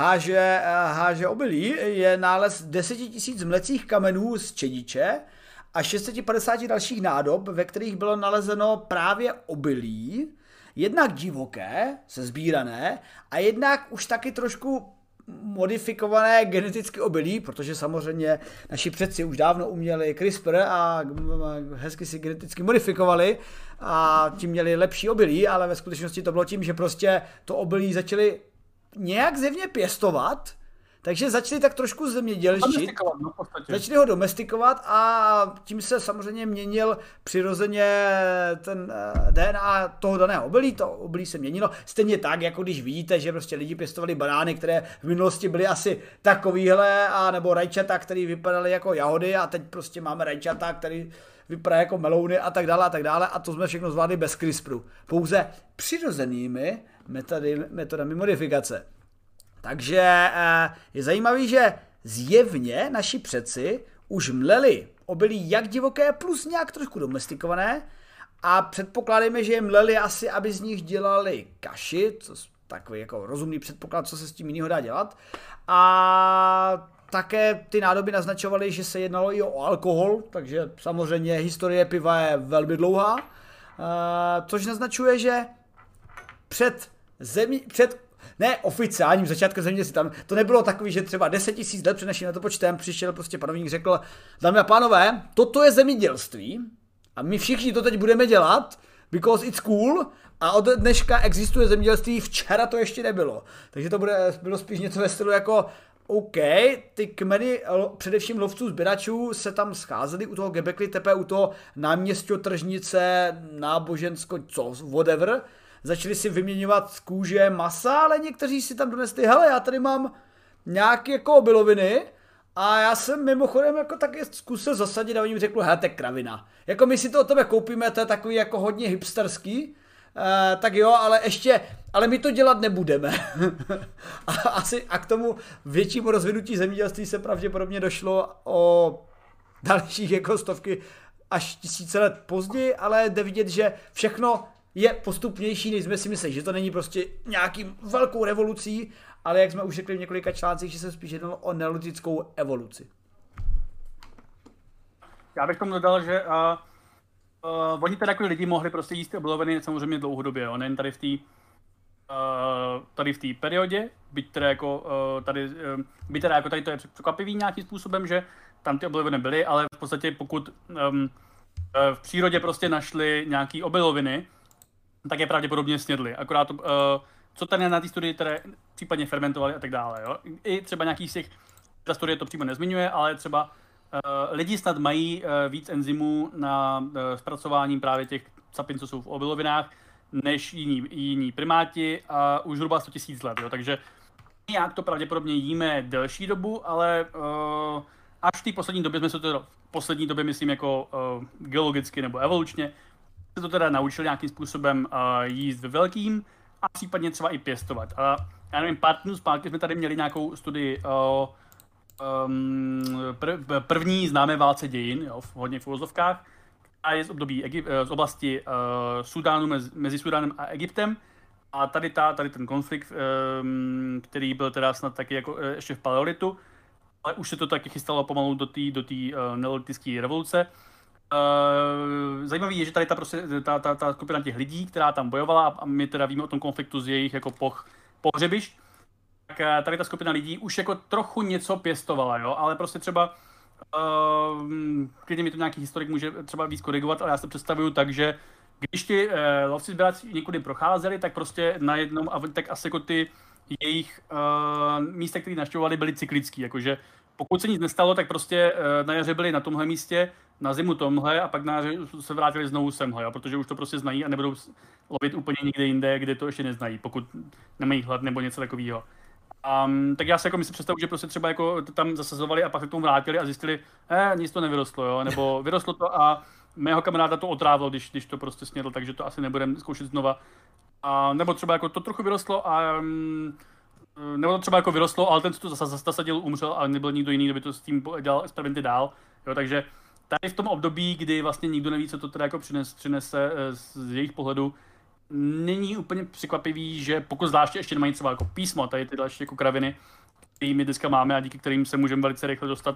háže obilí, je nález 10 000 mlecích kamenů z Čediče a 650 dalších nádob, ve kterých bylo nalezeno právě obilí, jednak divoké, sezbírané a jednak už taky trošku modifikované geneticky obilí, protože samozřejmě naši předci už dávno uměli CRISPR a hezky si geneticky modifikovali a tím měli lepší obilí, ale ve skutečnosti to bylo tím, že prostě to obilí začali nějak zjevně pěstovat, takže začali tak trošku zemědělčit, začali ho domestikovat a tím se samozřejmě měnil přirozeně ten DNA toho daného obilí, to obilí se měnilo. Stejně tak, jako když vidíte, že prostě lidi pěstovali banány, které v minulosti byly asi takovýhle, a nebo rajčata, které vypadaly jako jahody a teď prostě máme rajčata, které vypadají jako melouny a tak dále a to jsme všechno zvládli bez CRISPRu. Pouze přirozenými metodami modifikace. Takže je zajímavý, že zjevně naši předci už mleli obilí jak divoké plus nějak trošku domestikované a předpokládáme, že je mleli asi, aby z nich dělali kaši, co takový jako rozumný předpoklad, co se s tím jiného dá dělat. A také ty nádoby naznačovaly, že se jednalo i o alkohol, takže samozřejmě historie piva je velmi dlouhá, což naznačuje, že před ne oficiálním začátkem zemědělství, tam to nebylo takový, že třeba 10 000 let před naším letopočtem přišel prostě panovník, řekl, dámy a pánové, toto je zemědělství a my všichni to teď budeme dělat, because it's cool a od dneška existuje zemědělství, včera to ještě nebylo. Takže to bylo spíš něco ve stylu jako OK, ty kmeny, především lovců sběračů, se tam scházeli u toho Göbekli Tepe, u toho náměstí, tržnice, nábožensko, whatever. Začali si vyměňovat z kůže masa, ale někteří si tam donesli, hele, já tady mám nějaké jako obiloviny a já jsem mimochodem jako taky zkusil zasadit a oni mi řekli, hele, to je kravina. Jako my si to od tebe koupíme, to je takový jako hodně hipsterský, tak jo, ale my to dělat nebudeme. a k tomu většímu rozvinutí zemědělství se pravděpodobně došlo o dalších jako stovky až tisíce let později, ale jde vidět, že všechno je postupnější, než jsme si mysleli, že to není prostě nějakým velkou revolucí, ale jak jsme už řekli v několika článcích, že se spíš jednalo o neolitickou evoluci. Já bych tomu dodal, že oni teda jako lidi mohli prostě jíst obiloviny samozřejmě dlouhodobě, jo? Nejen tady v té periodě, byť teda jako tady to je překvapivý nějakým způsobem, že tam ty obiloviny byly, ale v podstatě pokud v přírodě prostě našli nějaký obiloviny, tak je pravděpodobně snědli. Akorát to, co tady na té studii které případně fermentovali a tak dále. Jo? I třeba nějaký z těch, ta studie to přímo nezmiňuje, ale třeba lidi snad mají víc enzymů na zpracování právě těch sapin, co jsou v obilovinách, než jiní primáti a už zhruba 100 000 let. Jo? Takže nějak to pravděpodobně jíme delší dobu, ale až v té poslední době jsme se to v poslední době myslím jako geologicky nebo evolučně se to teda naučili nějakým způsobem jíst ve velkým a případně třeba i pěstovat. A já nevím, pár dnů zpátky jsme tady měli nějakou studii o první známé válce dějin, jo, hodně v uvozovkách, a je z období z oblasti Sudánu mezi Sudánem a Egyptem. A tady ten konflikt, který byl teda snad taky jako ještě v paleolitu, ale už se to taky chystalo pomalu do té neolitické revoluce. Zajímavý je, že tady ta skupina těch lidí, která tam bojovala, a my teda víme o tom konfliktu z jejich jako pohřebišť, tak tady ta skupina lidí už jako trochu něco pěstovala, jo, ale prostě třeba klidně mi to nějaký historik může třeba víc korigovat, ale já se představuju tak, že když ty lovci sběrači někudy procházeli, tak prostě najednou, tak asi jako ty jejich místa, které navštěvovali, byly cyklický, jakože pokud se nic nestalo, tak prostě na jaře byli na tomhle místě, na zimu tomhle a pak na jaře se vrátili znovu semhle, jo, protože už to prostě znají a nebudou lovit úplně někde jinde, kde to ještě neznají, pokud nemají hlad nebo něco takového. Tak já si jako myslím představu, že prostě třeba jako tam zasazovali a pak se k tomu vrátili a zjistili, nic to nevyrostlo, jo, nebo vyrostlo to a mého kamaráda to otrávilo, když to prostě snědl, takže to asi nebudeme zkoušet znova. Nebo třeba jako to trochu vyrostlo a nebo to třeba jako vyrostlo, ale ten, co to zasadil, umřel a nebyl nikdo jiný, kdo by to s tím dělal experimenty dál. Jo, takže tady v tom období, kdy vlastně nikdo neví, co to teda jako přinese z jejich pohledu, není úplně překvapivý, že pokud zvláště ještě nemají třeba jako písmo, tady ty další jako kraviny, které my dneska máme a díky kterým se můžeme velice rychle dostat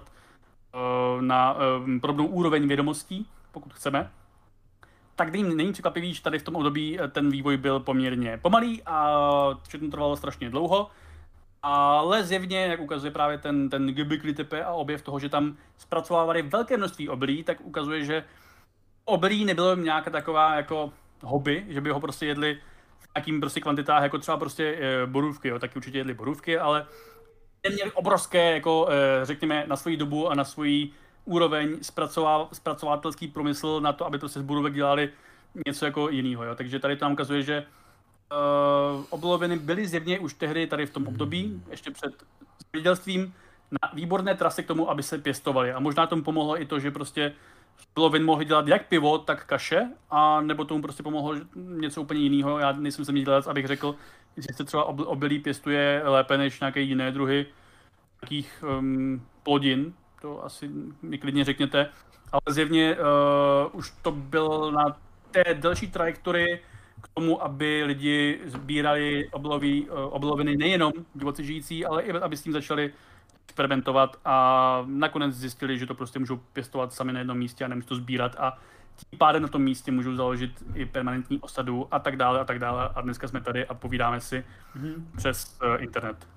na podobnou úroveň vědomostí, pokud chceme, tak není překvapivý, že tady v tom období ten vývoj byl poměrně pomalý a všechno trvalo strašně dlouho. Ale zjevně, jak ukazuje právě ten Göbekli Tepe a objev toho, že tam zpracovávali velké množství obilí, tak ukazuje, že obilí nebylo nějaká taková jako hobby, že by ho prostě jedli v nějakým prostě kvantitách, jako třeba prostě borůvky, jo, taky určitě jedli borůvky, ale neměli obrovské, jako řekněme, na svoji dobu a na svoji úroveň zpracovatelský průmysl na to, aby prostě z borůvek dělali něco jako jiného, jo. Takže tady to nám ukazuje, že obiloviny byly zjevně už tehdy tady v tom období, ještě před zemědělstvím, na výborné trasy k tomu, aby se pěstovaly. A možná tomu pomohlo i to, že prostě obilovin mohli dělat jak pivo, tak kaše, a nebo tomu prostě pomohlo něco úplně jiného. Já nejsem zemědělec, abych řekl, že se třeba obilí pěstuje lépe než nějaké jiné druhy takých plodin. To asi mi klidně řekněte. Ale zjevně už to bylo na té delší trajektorii k tomu, aby lidi sbírali obiloviny nejenom divoce žijící, ale i aby s tím začali experimentovat a nakonec zjistili, že to prostě můžou pěstovat sami na jednom místě a nemusí to sbírat a tím pádem na tom místě můžou založit i permanentní osadu a tak dále a tak dále. A dneska jsme tady a povídáme si přes internet.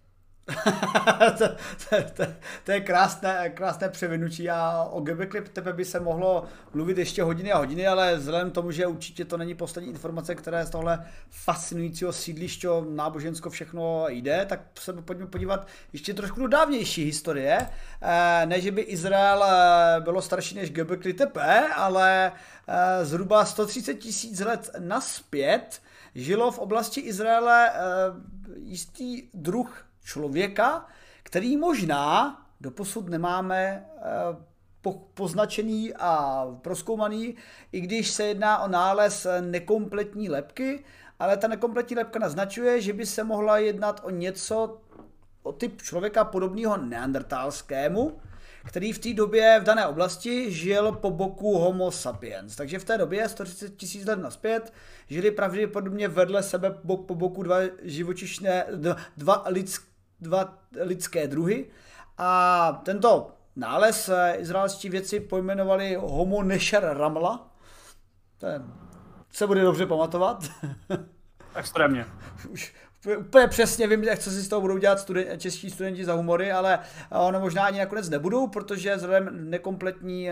To je krásné převinutí a o Göbekli Tepe by se mohlo mluvit ještě hodiny a hodiny, ale vzhledem k tomu, že určitě to není poslední informace, které z tohle fascinujícího sídliště nábožensko všechno jde, tak se pojďme podívat ještě trošku do dávnější historie. Ne, že by Izrael bylo starší než Göbekli Tepe, ale zhruba 130 000 let nazpět žilo v oblasti Izraele jistý druh člověka, který možná doposud nemáme poznačený a prozkoumaný, i když se jedná o nález nekompletní lebky, ale ta nekompletní lebka naznačuje, že by se mohla jednat o typ člověka podobného neandertalskému, který v té době v dané oblasti žil po boku Homo sapiens. Takže v té době 130 000 let nazpět žili pravděpodobně vedle sebe bok po boku dva lidské druhy. A tento nález izraelští vědci pojmenovali Homo Nesher Ramla. Ten se bude dobře pamatovat. Extrémně. Už úplně přesně vím, jak co si z toho budou dělat čeští studenti za humory, ale ono možná ani nakonec nebudou, protože vzhledem nekompletní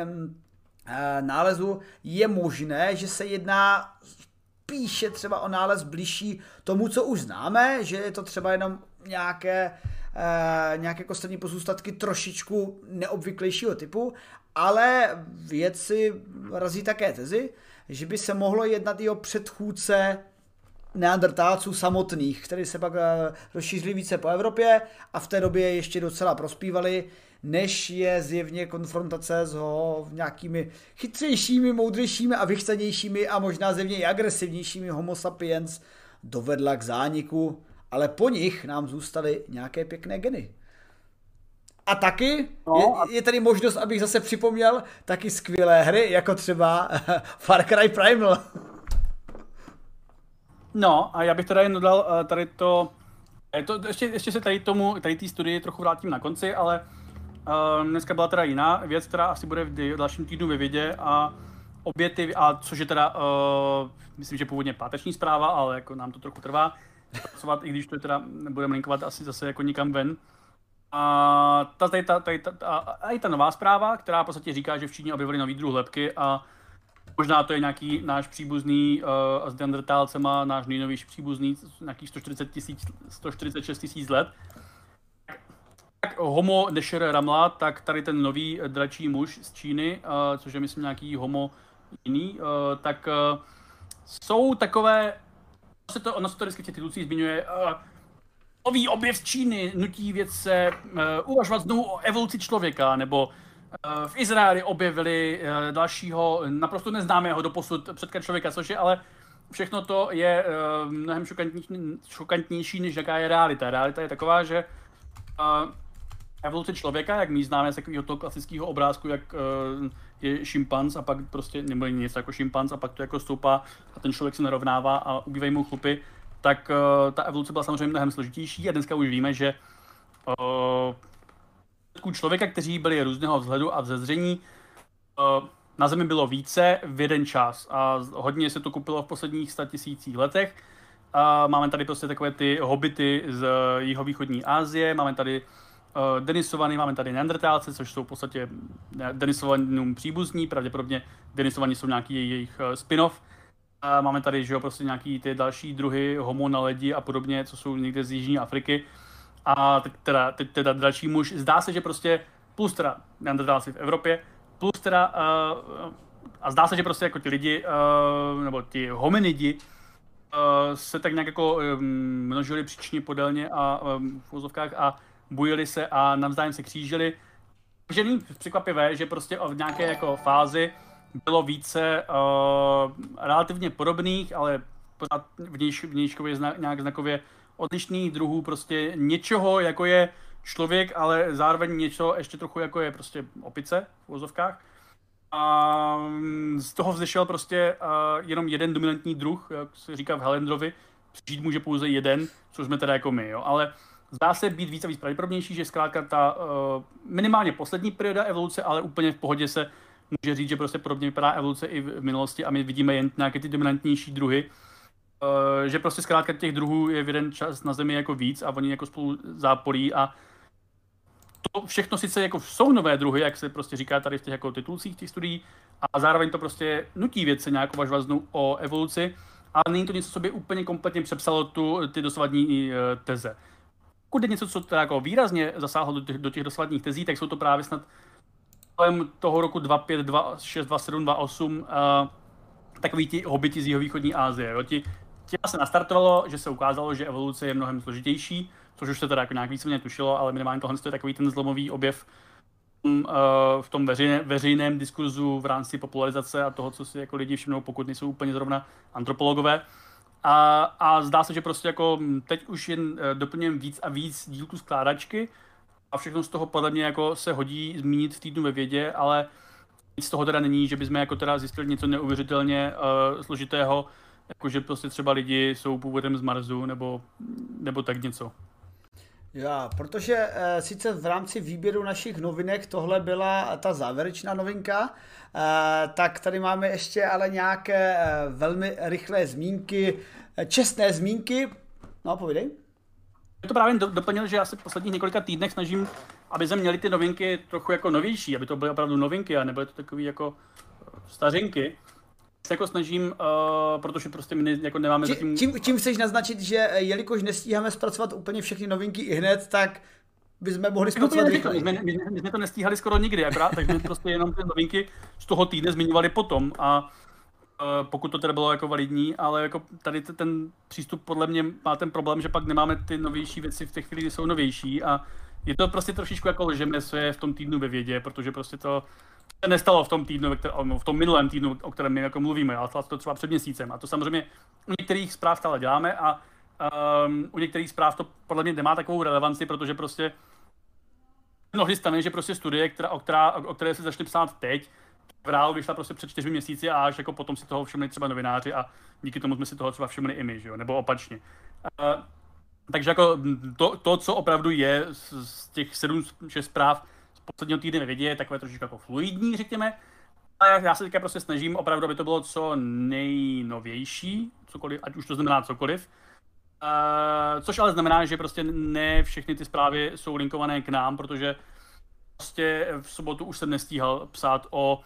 nálezu je možné, že se jedná spíše třeba o nález blížší tomu, co už známe, že je to třeba jenom nějaké kosterní pozůstatky trošičku neobvyklejšího typu, ale vědci razí také tezi, že by se mohlo jednat i o předchůdce neandertálců samotných, kteří se pak rozšířili více po Evropě a v té době ještě docela prospívali, než je zjevně konfrontace s nějakými chytřejšími, moudřejšími a vychcenějšími a možná zjevně i agresivnějšími Homo sapiens dovedla k zániku, ale po nich nám zůstaly nějaké pěkné geny. A taky je tady možnost, abych zase připomněl taky skvělé hry, jako třeba Far Cry Primal. No a já bych teda jen dodal tady to ještě se tady té studii trochu vrátím na konci, ale dneska byla teda jiná věc, která asi bude v dalším týdnu ve vědě a obě ty, což je teda, myslím, že původně páteční zpráva, ale jako nám to trochu trvá pracovat, i když to teda nebudeme linkovat asi zase jako nikam ven. A i ta nová zpráva, která v podstatě říká, že v Číně objevili nový druh lebky a možná to je nějaký náš příbuzný s neandertálcema, náš nejnovější příbuzný, nějakých 146 000 let. Tak Homo Nesher Ramla, tak tady ten nový dračí muž z Číny, což je myslím nějaký homo jiný, tak jsou takové, ono se to vždycky v těch titulcích zmiňuje, nový objev z Číny nutí vědce uvažovat znovu o evoluci člověka, nebo v Izraeli objevili dalšího naprosto neznámého doposud předka člověka, což je ale všechno to je mnohem šokantnější, než jaká je realita. Realita je taková, že evoluce člověka, jak my známe z takového toho klasického obrázku, jak je šimpanz a pak prostě, nebo něco jako šimpanz a pak to jako stoupá a ten člověk se narovnává a ubývají mu chlupy, tak ta evoluce byla samozřejmě mnohem složitější a dneska už víme, že člověka, kteří byli různého vzhledu a vzezření, na Zemi bylo více v jeden čas a hodně se to kupilo v posledních 100 000 letech. Máme tady prostě takové ty hobity z jihovýchodní Asie, máme tady Denisovaný, máme tady Neandertálce, což jsou v podstatě Denisovanům příbuzní, pravděpodobně Denisovaní jsou nějaký jejich spin-off. Máme tady, že jo, prostě nějaký ty další druhy homo na ledi a podobně, co jsou někde z Jižní Afriky. A teď teda další muž, zdá se, že prostě plus teda Neandertálci v Evropě, plus teda a zdá se, že prostě jako ti lidi, nebo ti hominidi se tak nějak jako množili příčně podélně a v úzovkách a bujili se a navzájem se křížili. Takže není překvapivé, že prostě v nějaké jako fázi bylo více relativně podobných, ale vnějškově nějak znakově odlišných druhů prostě něčeho, jako je člověk, ale zároveň něco ještě trochu jako je prostě opice v uvozovkách. A z toho vzešel prostě jenom jeden dominantní druh, jak se říká v Hellendrovi, přežít může pouze jeden, což jsme teda jako my, jo. Ale zdá se být víc a víc pravděpodobnější, že zkrátka ta minimálně poslední perioda evoluce, ale úplně v pohodě se může říct, že prostě podobně vypadá evoluce i v minulosti a my vidíme jen nějaké ty dominantnější druhy, že prostě zkrátka těch druhů je v jeden čas na Zemi jako víc a oni jako spolu zápolí a to všechno sice jako jsou nové druhy, jak se prostě říká tady v těch jako titulcích těch studií a zároveň to prostě nutí vědce nějak uvažovat znovu o evoluci, ale není to něco, co by úplně kompletně přepsalo ty dosavadní teze. Pokud je něco, co teda jako výrazně zasáhlo do těch dosavadních tezí, tak jsou to právě snad kolem toho roku 25, 26, 27, 28 takový ti hobiti z jihovýchodní Asie. Těma se nastartovalo, že se ukázalo, že evoluce je mnohem složitější, což už se teda jako nějak víceméně tušilo, ale minimálně tohle je takový ten zlomový objev v tom veřejném diskurzu v rámci popularizace a toho, co si jako lidi všimnou, pokud nejsou úplně zrovna antropologové. A zdá se, že prostě jako teď už jen doplňujeme víc a víc dílků skládačky a všechno z toho podle mě jako se hodí zmínit v týdnu ve vědě, ale nic z toho teda není, že bychom jako teda zjistili něco neuvěřitelně složitého, jakože prostě třeba lidi jsou původem z Marsu nebo tak něco. Jo, protože sice v rámci výběru našich novinek tohle byla ta závěrečná novinka, tak tady máme ještě ale nějaké velmi rychlé zmínky, čestné zmínky. No, povídej. Já to právě doplnil, že já se v posledních několika týdnech snažím, aby jsme měli ty novinky trochu jako novější, aby to byly opravdu novinky a nebyly to takový jako stařinky. Se jako snažím, protože prostě my jako nemáme zatím... Tím chceš naznačit, že jelikož nestíháme zpracovat úplně všechny novinky i hned, tak bychom mohli zpracovat rychleji. My jsme to nestíhali skoro nikdy, akorát, takže jsme prostě jenom ty novinky z toho týdne zmiňovali potom a pokud to teda bylo jako validní, ale jako tady ten přístup podle mě má ten problém, že pak nemáme ty novější věci v těch chvíli, kdy jsou novější a je to prostě trošičku jako lžeme se v tom týdnu ve vědě, protože prostě to se nestalo v tom týdnu, v tom minulém týdnu, o kterém my jako mluvíme, ale stalo to třeba před měsícem a to samozřejmě u některých zpráv stále děláme a u některých zpráv to podle mě nemá takovou relevanci, protože prostě mnohdy stane, že prostě studie, o které se začne psát teď, v reálu vyšla prostě před 4 měsíci a až jako potom si toho všimli třeba novináři a díky tomu jsme si toho třeba všimli i my, že jo? Nebo opačně. Takže jako to, co opravdu je z těch 7-6 zpráv z posledního týdne ve vědě, je takové trošičku jako fluidní, řekněme. A já se teďka prostě snažím opravdu, aby to bylo co nejnovější, cokoliv, ať už to znamená cokoliv. Což ale znamená, že prostě ne všechny ty zprávy jsou linkované k nám, protože prostě v sobotu už jsem nestíhal psát o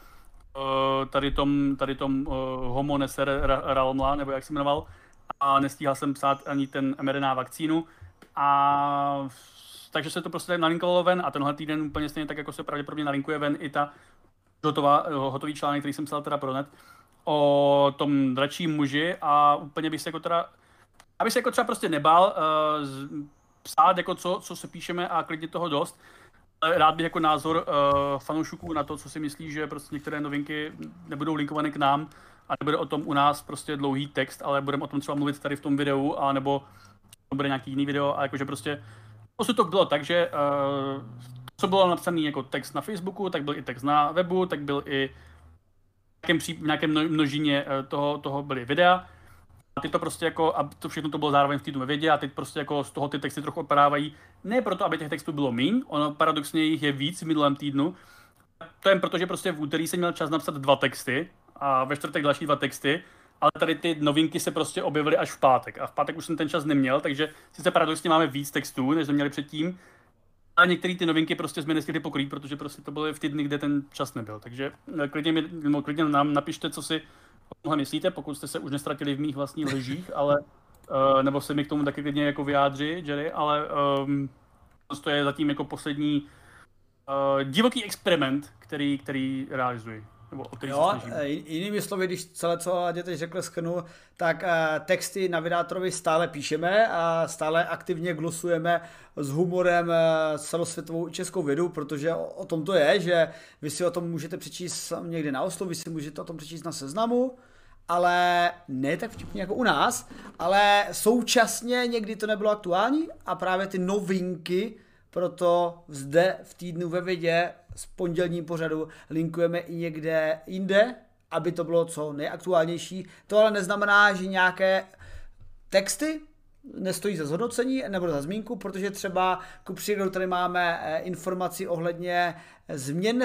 tady tom Homo Nesher Ramla, nebo jak se jmenoval, a nestíhal jsem psát ani ten mRNA vakcínu a takže se to prostě nalinkovalo ven a tenhle týden úplně stejně tak, jako se pravděpodobně nalinkuje ven i ta hotový článek, který jsem psal teda pro net, o tom dračím muži a úplně bych se jako teda, abych se jako třeba prostě nebál psát jako co se píšeme a klidně toho dost. Rád bych jako názor fanoušků na to, co si myslí, že prostě některé novinky nebudou linkované k nám a nebude o tom u nás prostě dlouhý text, ale budeme o tom třeba mluvit tady v tom videu, a nebo to bude nějaký jiný video a jakože prostě to bylo tak, že co bylo napsaný jako text na Facebooku, tak byl i text na webu, tak byl i v nějakém množině toho byly videa. A teď to prostě jako, a to všechno to bylo zároveň v týdnu ve vědě a teď prostě jako z toho ty texty trochu odpadávají. Ne proto, aby těch textů bylo míň, ono paradoxně jich je víc v minulém týdnu. To jen proto, že prostě v úterý jsem měl čas napsat 2 texty a ve čtvrtek další 2 texty, ale tady ty novinky se prostě objevily až v pátek. A v pátek už jsem ten čas neměl, takže sice paradoxně máme víc textů, než jsme měli předtím, ale některé ty novinky prostě jsme nestihli pokrýt, protože prostě to byly v týdny, kde ten čas nebyl. Takže klidně nám napište, co si o tomhle myslíte, pokud jste se už nestratili v mých vlastních lžích, ale nebo se mi k tomu taky klidně jako vyjádří, Jerry, ale to je zatím jako poslední divoký experiment, který realizuji. Jo, jinými slovy, když celé, co Adě teď řekl, shrnu, tak texty na Vydátorovi stále píšeme a stále aktivně glosujeme s humorem celosvětovou i českou vědu, protože o tom to je, že vy si o tom můžete přečíst někde na Oslu, vy si můžete o tom přečíst na Seznamu, ale ne tak vtipně jako u nás, ale současně někdy to nebylo aktuální a právě ty novinky, proto zde v týdnu ve vědě z pondělní pořadu linkujeme i někde jinde, aby to bylo co nejaktuálnější. To ale neznamená, že nějaké texty nestojí za zhodnocení nebo za zmínku, protože třeba ku příkladu tady máme informaci ohledně změn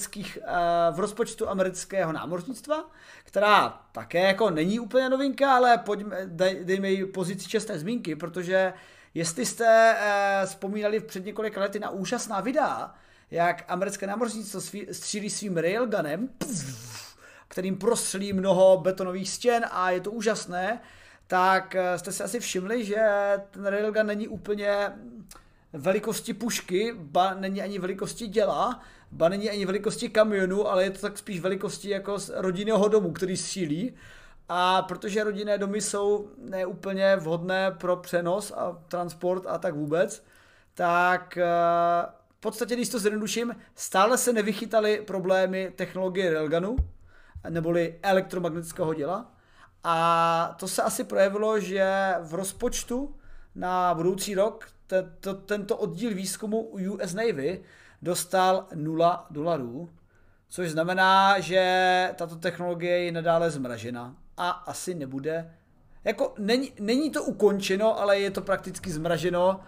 v rozpočtu amerického námořnictva, která také jako není úplně novinka, ale dejme jí pozici čestné zmínky, protože jestli jste vzpomínali před několika lety na úžasná videa, jak americké námořnictvo střílí svým railgunem, kterým prostřelí mnoho betonových stěn a je to úžasné, tak jste si asi všimli, že ten railgun není úplně velikosti pušky, ba není ani velikosti děla, ba není ani velikosti kamionu, ale je to tak spíš velikosti jako rodinného domu, který střílí. A protože rodinné domy jsou neúplně vhodné pro přenos a transport a tak vůbec, tak v podstatě, když to zjednoduším, stále se nevychytaly problémy technologie railgunu, neboli elektromagnetického děla. A to se asi projevilo, že v rozpočtu na budoucí rok tento oddíl výzkumu US Navy dostal $0, což znamená, že tato technologie je nadále zmražena a asi nebude. Jako není to ukončeno, ale je to prakticky zmraženo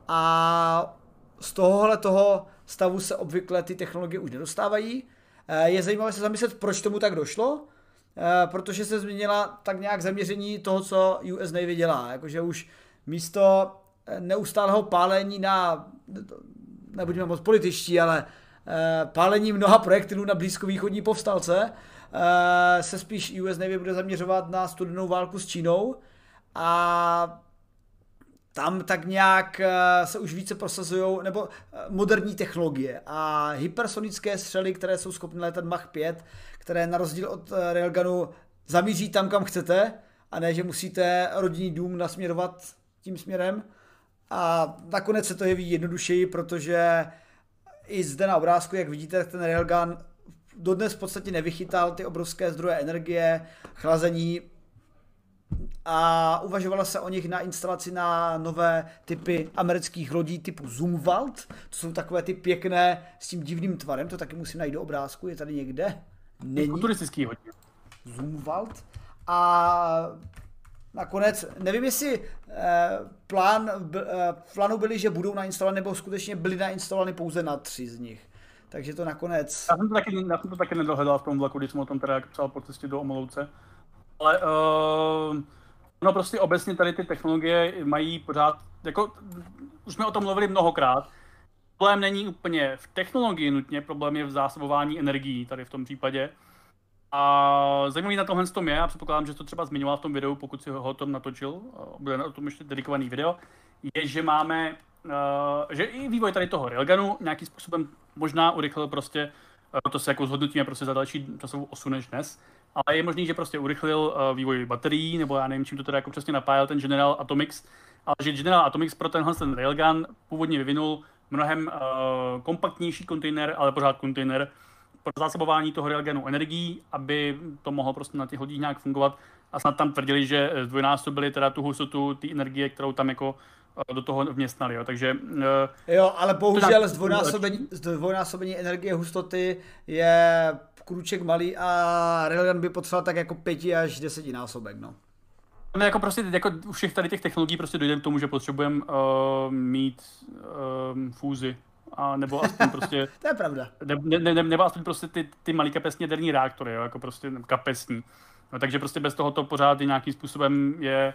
a z toho stavu se obvykle ty technologie už nedostávají. Je zajímavé se zamyslet, proč tomu tak došlo, protože se změnila tak nějak zaměření toho, co US Navy dělá. Jakože už místo neustálého pálení nebudeme moc političtí, ale pálení mnoha projektilů na blízkovýchodní povstalce, se spíš US Navy bude zaměřovat na studenou válku s Čínou a tam tak nějak se už více prosazují, nebo moderní technologie a hypersonické střely, které jsou schopny létat Mach 5, které na rozdíl od railgunu zamíří tam, kam chcete, a ne, že musíte rodinný dům nasměrovat tím směrem. A nakonec se to jeví jednodušeji, protože i zde na obrázku, jak vidíte, ten railgun dodnes v podstatě nevychytal ty obrovské zdroje energie, chlazení, a uvažovalo se o nich na instalaci na nové typy amerických lodí typu Zumwalt. To jsou takové ty pěkné s tím divným tvarem, to taky musím najít do obrázku, je tady někde. Není. Turistický hodně. Zumwalt. A nakonec, nevím, jestli plánu byly, že budou nainstalovány, nebo skutečně byly nainstalovány pouze na 3 z nich. Takže to nakonec... Já jsem to taky nedohledal v tom vlaku, když jsem o tom teda psal po cestě do Olomouce. Ale no prostě obecně tady ty technologie mají pořád, jako už jsme o tom mluvili mnohokrát, problém není úplně v technologii nutně, problém je v zásobování energií tady v tom případě. A zajímavý na tomhle tom je, a předpokládám, že to třeba zmiňoval v tom videu, pokud si ho o tom natočil, bude na tom ještě dedikovaný video, je, že máme že i vývoj tady toho railgunu nějakým způsobem možná urychlil prostě, to se jako zhodnotíme prostě za další časovou osu než dnes, ale je možný, že prostě urychlil vývoj baterií, nebo já nevím, čím to teda jako přesně napájel ten General Atomics, ale že General Atomics pro ten railgun původně vyvinul mnohem kompaktnější kontejner, ale pořád kontejner pro zásobování toho railgunu energií, aby to mohlo prostě na těch lodích nějak fungovat, a snad tam tvrdili, že zdvojnásobili teda tu hustotu té energie, kterou tam jako do toho vměstnali, jo. Takže jo, ale bohužel zdvojnásobení energie hustoty je krůček malý a railgun by potřeboval tak jako 5 až 10 násobek, no. My jako prostě jako u všech tady těch technologií prostě dojdeme k tomu, že potřebujeme mít fúzi. A nebo aspoň prostě... To je pravda. Nebo aspoň prostě ty malý kapesní jaderní reaktory, jo, jako prostě kapesní. No, takže prostě bez toho to pořád nějakým způsobem je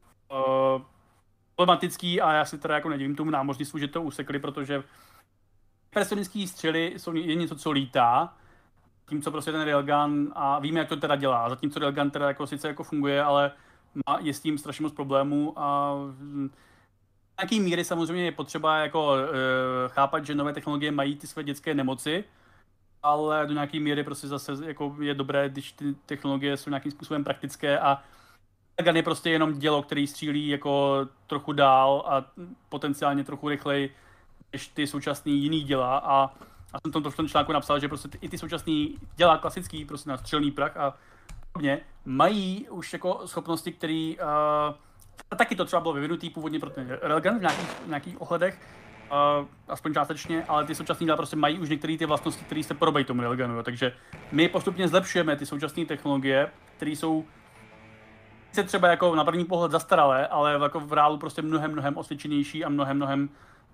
problematický, a já si teda jako nedivím tomu námořnictvu, že to usekli, protože hypersonické střely je něco, co lítá, tím, co prostě ten railgun, a víme, jak to teda dělá. Zatímco railgun teda jako sice jako funguje, ale je s tím strašně moc problémů, a nějaký míry samozřejmě je potřeba jako chápat, že nové technologie mají ty své dětské nemoci, ale do nějaké míry prostě zase jako je dobré, když ty technologie jsou nějakým způsobem praktické, a gun je prostě jenom dělo, který střílí jako trochu dál a potenciálně trochu rychleji než ty současný jiný děla, a jsem to v tom článku napsal, že prostě i ty současný děla klasický, prostě na střelný prach a podobně, mají už jako schopnosti, které taky to třeba bylo vyvinutý původně pro ten railgun v nějakých ohledech, aspoň částečně, ale ty současné děla prostě mají už některé ty vlastnosti, které se podobají tomu railgunu, jo. Takže my postupně zlepšujeme ty současné technologie, které jsou se třeba jako na první pohled zastaralé, ale jako v reálu prostě mnohem osvědčenější a mnohem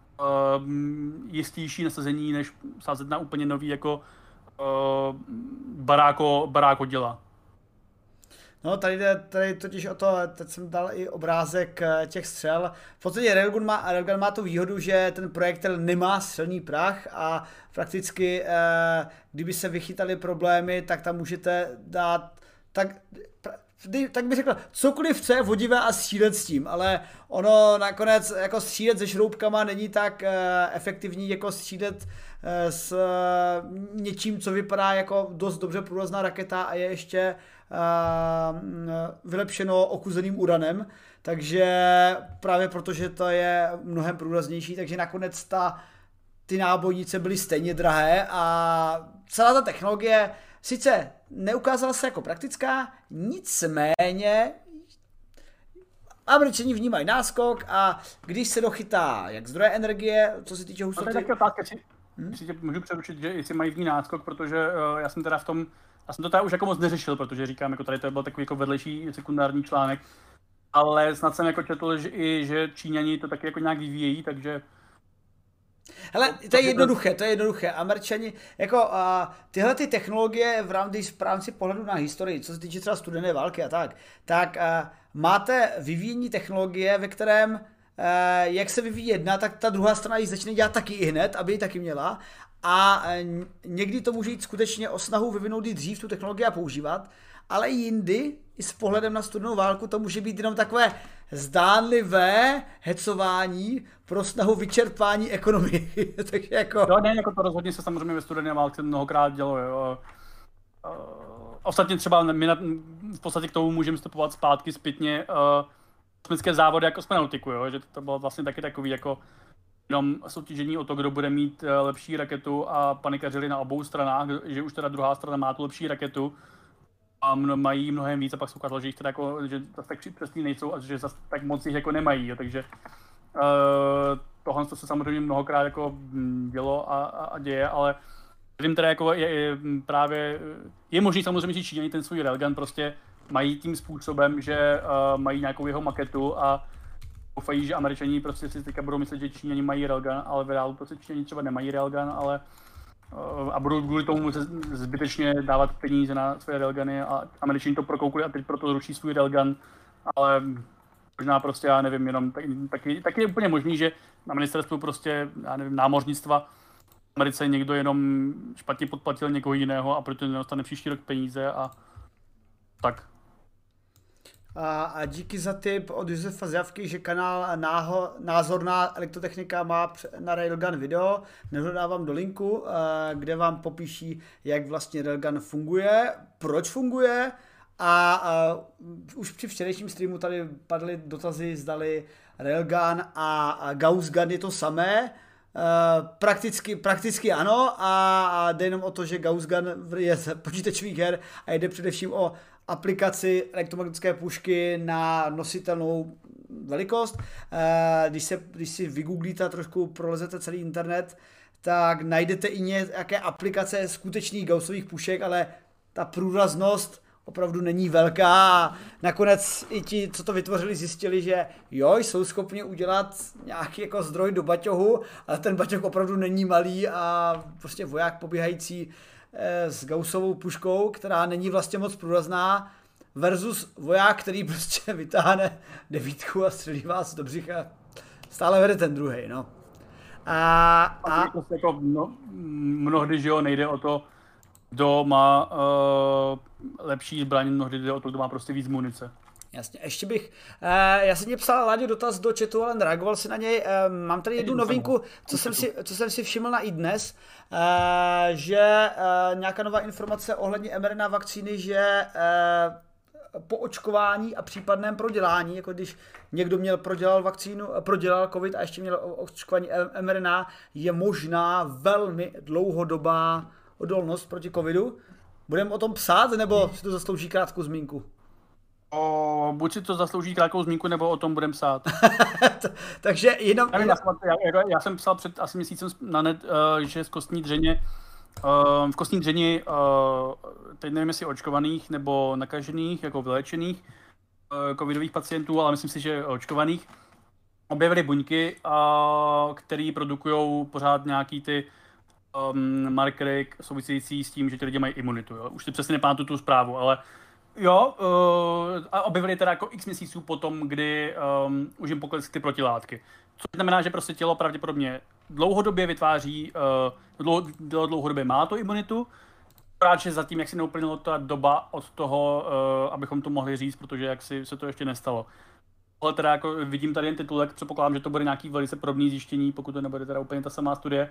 jistější nasazení, než sázet na úplně nový jako baráko děla. No, tady totiž o to, teď jsem dal i obrázek těch střel. V podstatě Railgun má tu výhodu, že ten projektil nemá střelný prach a prakticky, kdyby se vychytaly problémy, tak tam můžete dát, tak bych řekl, cokoliv, co je vodivé, a střílet s tím, ale ono nakonec jako střílet se šroubkama není tak efektivní jako střílet s něčím, co vypadá jako dost dobře průrazná raketa a je ještě vylepšeno okuzeným uranem, takže právě protože to je mnohem průraznější, takže nakonec ty nábojnice byly stejně drahé a celá ta technologie sice neukázala se jako praktická, nicméně Američani vnímají náskok, a když se dochytá jak zdroje energie, co se týče hustoty... To je taky otázka, si tě můžu přerušit, že jestli mají v ní náskok, protože já jsem to teda už jako moc neřešil, protože říkám, jako tady to byl takový jako vedlejší sekundární článek, ale snad jsem jako četl, že Číňani to taky jako nějak vyvíjejí, takže... Hele, to je jednoduché. Američani, jako tyhle ty technologie v rámci pohledu na historii, co se týče třeba studené války a tak máte vyvíjení technologie, ve kterém jak se vyvíjí jedna, tak ta druhá strana ji začne dělat taky i hned, aby ji taky měla. A někdy to může jít skutečně o snahu vyvinout ji dřív tu technologii a používat, ale jindy, i s pohledem na studenou válku, to může být jenom takové zdánlivé hecování pro snahu vyčerpání ekonomie. Takže jako... No ne, jako to rozhodně se samozřejmě ve studené válce mnohokrát dělo, jo. Ostatně třeba my v podstatě k tomu můžeme vstupovat zpátky zpětně kosmické závody jako kosmonautiku, jo, že to bylo vlastně taky takový jako jenom soutěžení o to, kdo bude mít lepší raketu, a panikařili na obou stranách, že už teda druhá strana má tu lepší raketu a mají mnohem víc, a pak se ukázalo, že jich teda jako, že zase tak přesný nejsou a že zase tak moc jich jako nemají, jo, takže tohle se samozřejmě mnohokrát jako dělo a děje, ale vím teda jako je možný samozřejmě, že Číňani ten svůj railgun prostě mají tím způsobem, že mají nějakou jeho maketu a doufají, že Američani prostě si teďka budou myslet, že Číňani mají railgun, ale v reálu prostě Číňani třeba nemají railgun, ale a budou kvůli tomu zbytečně dávat peníze na své railguny, a Američani to prokoukli a teď proto zruší svůj railgun, ale možná prostě, já nevím, jenom taky je úplně možný, že na ministerstvu prostě, já nevím, námořnictva v Americe někdo jenom špatně podplatil někoho jiného a proto nedostane příští rok peníze a tak. A díky za tip od Josefa Zjavky, že kanál Názorná elektrotechnika má na Railgun video. Nedodávám do linku, kde vám popíší, jak vlastně Railgun funguje, proč funguje. A už při včerejším streamu tady padly dotazy, zdali Railgun a Gauss Gun je to samé. Prakticky ano, a jde jenom o to, že Gauss Gun je z počítačových her a jde především o aplikaci elektromagnetické pušky na nositelnou velikost. Když si vygooglíte a trošku prolezete celý internet, tak najdete i nějaké aplikace skutečných Gaussových pušek, ale ta průraznost opravdu není velká a nakonec i ti, co to vytvořili, zjistili, že jo, jsou schopni udělat nějaký jako zdroj do baťohu, ale ten baťoh opravdu není malý a prostě voják pobíhající s Gaussovou puškou, která není vlastně moc průrazná, versus voják, který prostě vytáhne 9 a střelí vás do břicha. Stále vede ten druhej, no. A jako mnohdy, že jo, nejde o to, kdo má lepší zbraň, mnohdy jde o to, kdo má prostě víc munice. Jasně, ještě bych, já jsem mě psal, Láďo, dotaz do chatu, ale nereagoval si na něj. Mám tady jednu novinku, co jsem si všiml na iDnes, že nějaká nová informace ohledně mRNA vakcíny, že po očkování a případném prodělání, jako když někdo prodělal covid a ještě měl očkování mRNA, je možná velmi dlouhodobá odolnost proti covidu. Budeme o tom psát, nebo si to zaslouží krátkou zmínku? Buď si to zaslouží krátkou zmínku, nebo o tom budeme psát. Takže jenom... Já jsem psal před asi měsícem na net, že z kostní dřeně, v kostní dřeni, teď nevím, jestli očkovaných nebo nakažených, jako vyléčených covidových pacientů, ale myslím si, že očkovaných, objevily buňky, které produkují pořád nějaký ty markery související s tím, že ty lidi mají imunitu. Jo? Už si přesně nepamatuju tu zprávu, ale jo, a objevili teda jako x měsíců potom, kdy už jim poklesly ty protilátky. Což znamená, že prostě tělo pravděpodobně dlouhodobě vytváří, dlouhodobě má tu imunitu, akorát, že zatím jak si neuplynula ta doba od toho, abychom to mohli říct, protože jak si se to ještě nestalo. Ale teda jako vidím tady jen titulek, předpokládám, že to bude nějaký velice podobný zjištění, pokud to nebude teda úplně ta samá studie.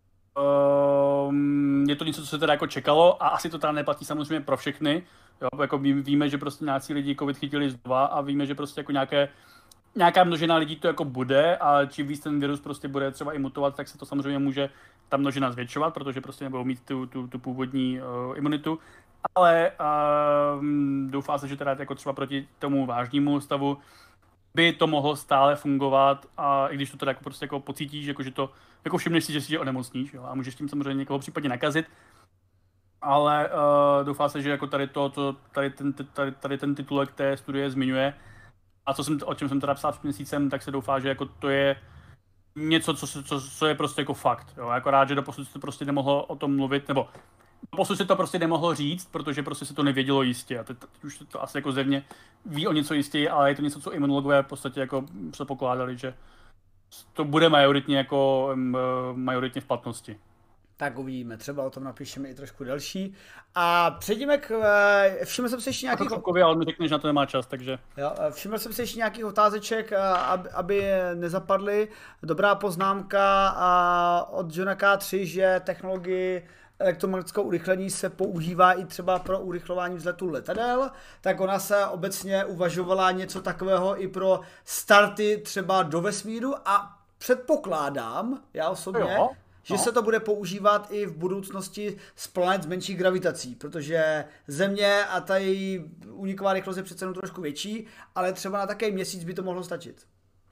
Je to něco, co se teda jako čekalo a asi to teda neplatí samozřejmě pro všechny. Jo, jako víme, že prostě nějací lidi covid chytili znova a víme, že prostě jako nějaká množina lidí to jako bude a čím víc ten virus prostě bude třeba i mutovat, tak se to samozřejmě může ta množina zvětšovat, protože prostě nebudou mít tu původní imunitu. Ale doufá se, že teda jako třeba proti tomu vážnému stavu by to mohlo stále fungovat a i když to teda jako prostě jako pocítíš, jako že to jako všimneš si, že si onemocníš, jo, a můžeš tím samozřejmě někoho případně nakazit. Ale doufá se, že jako tady ten titulek té studie zmiňuje a o čem jsem teda psal před měsícem, tak se doufá, že jako to je něco, co je prostě jako fakt. Jo. Jako rád, že doposud se prostě nemohlo o tom mluvit, nebo doposud se to prostě nemohlo říct, protože prostě se to nevědělo jistě. A teď už to asi jako zevně ví o něco jistě, ale je to něco, co imunologové v podstatě jako předpokládali, že to bude majoritně v platnosti. Tak uvidíme, třeba o tom napíšeme i trošku delší. A předíme všiml jsem si ještě nějakých... Ale mi řekneš, že na to nemá čas, takže... Jo, všiml jsem si ještě nějakých otázeček, aby nezapadly. Dobrá poznámka od Johna K3, že technologii elektromagnetického urychlení se používá i třeba pro urychlování vzletu letadel, tak ona se obecně uvažovala něco takového i pro starty třeba do vesmíru a předpokládám, já osobně, že se to bude používat i v budoucnosti z planet s menší gravitací, protože Země a ta její uniková rychlost je přece jenom trošku větší, ale třeba na takový měsíc by to mohlo stačit.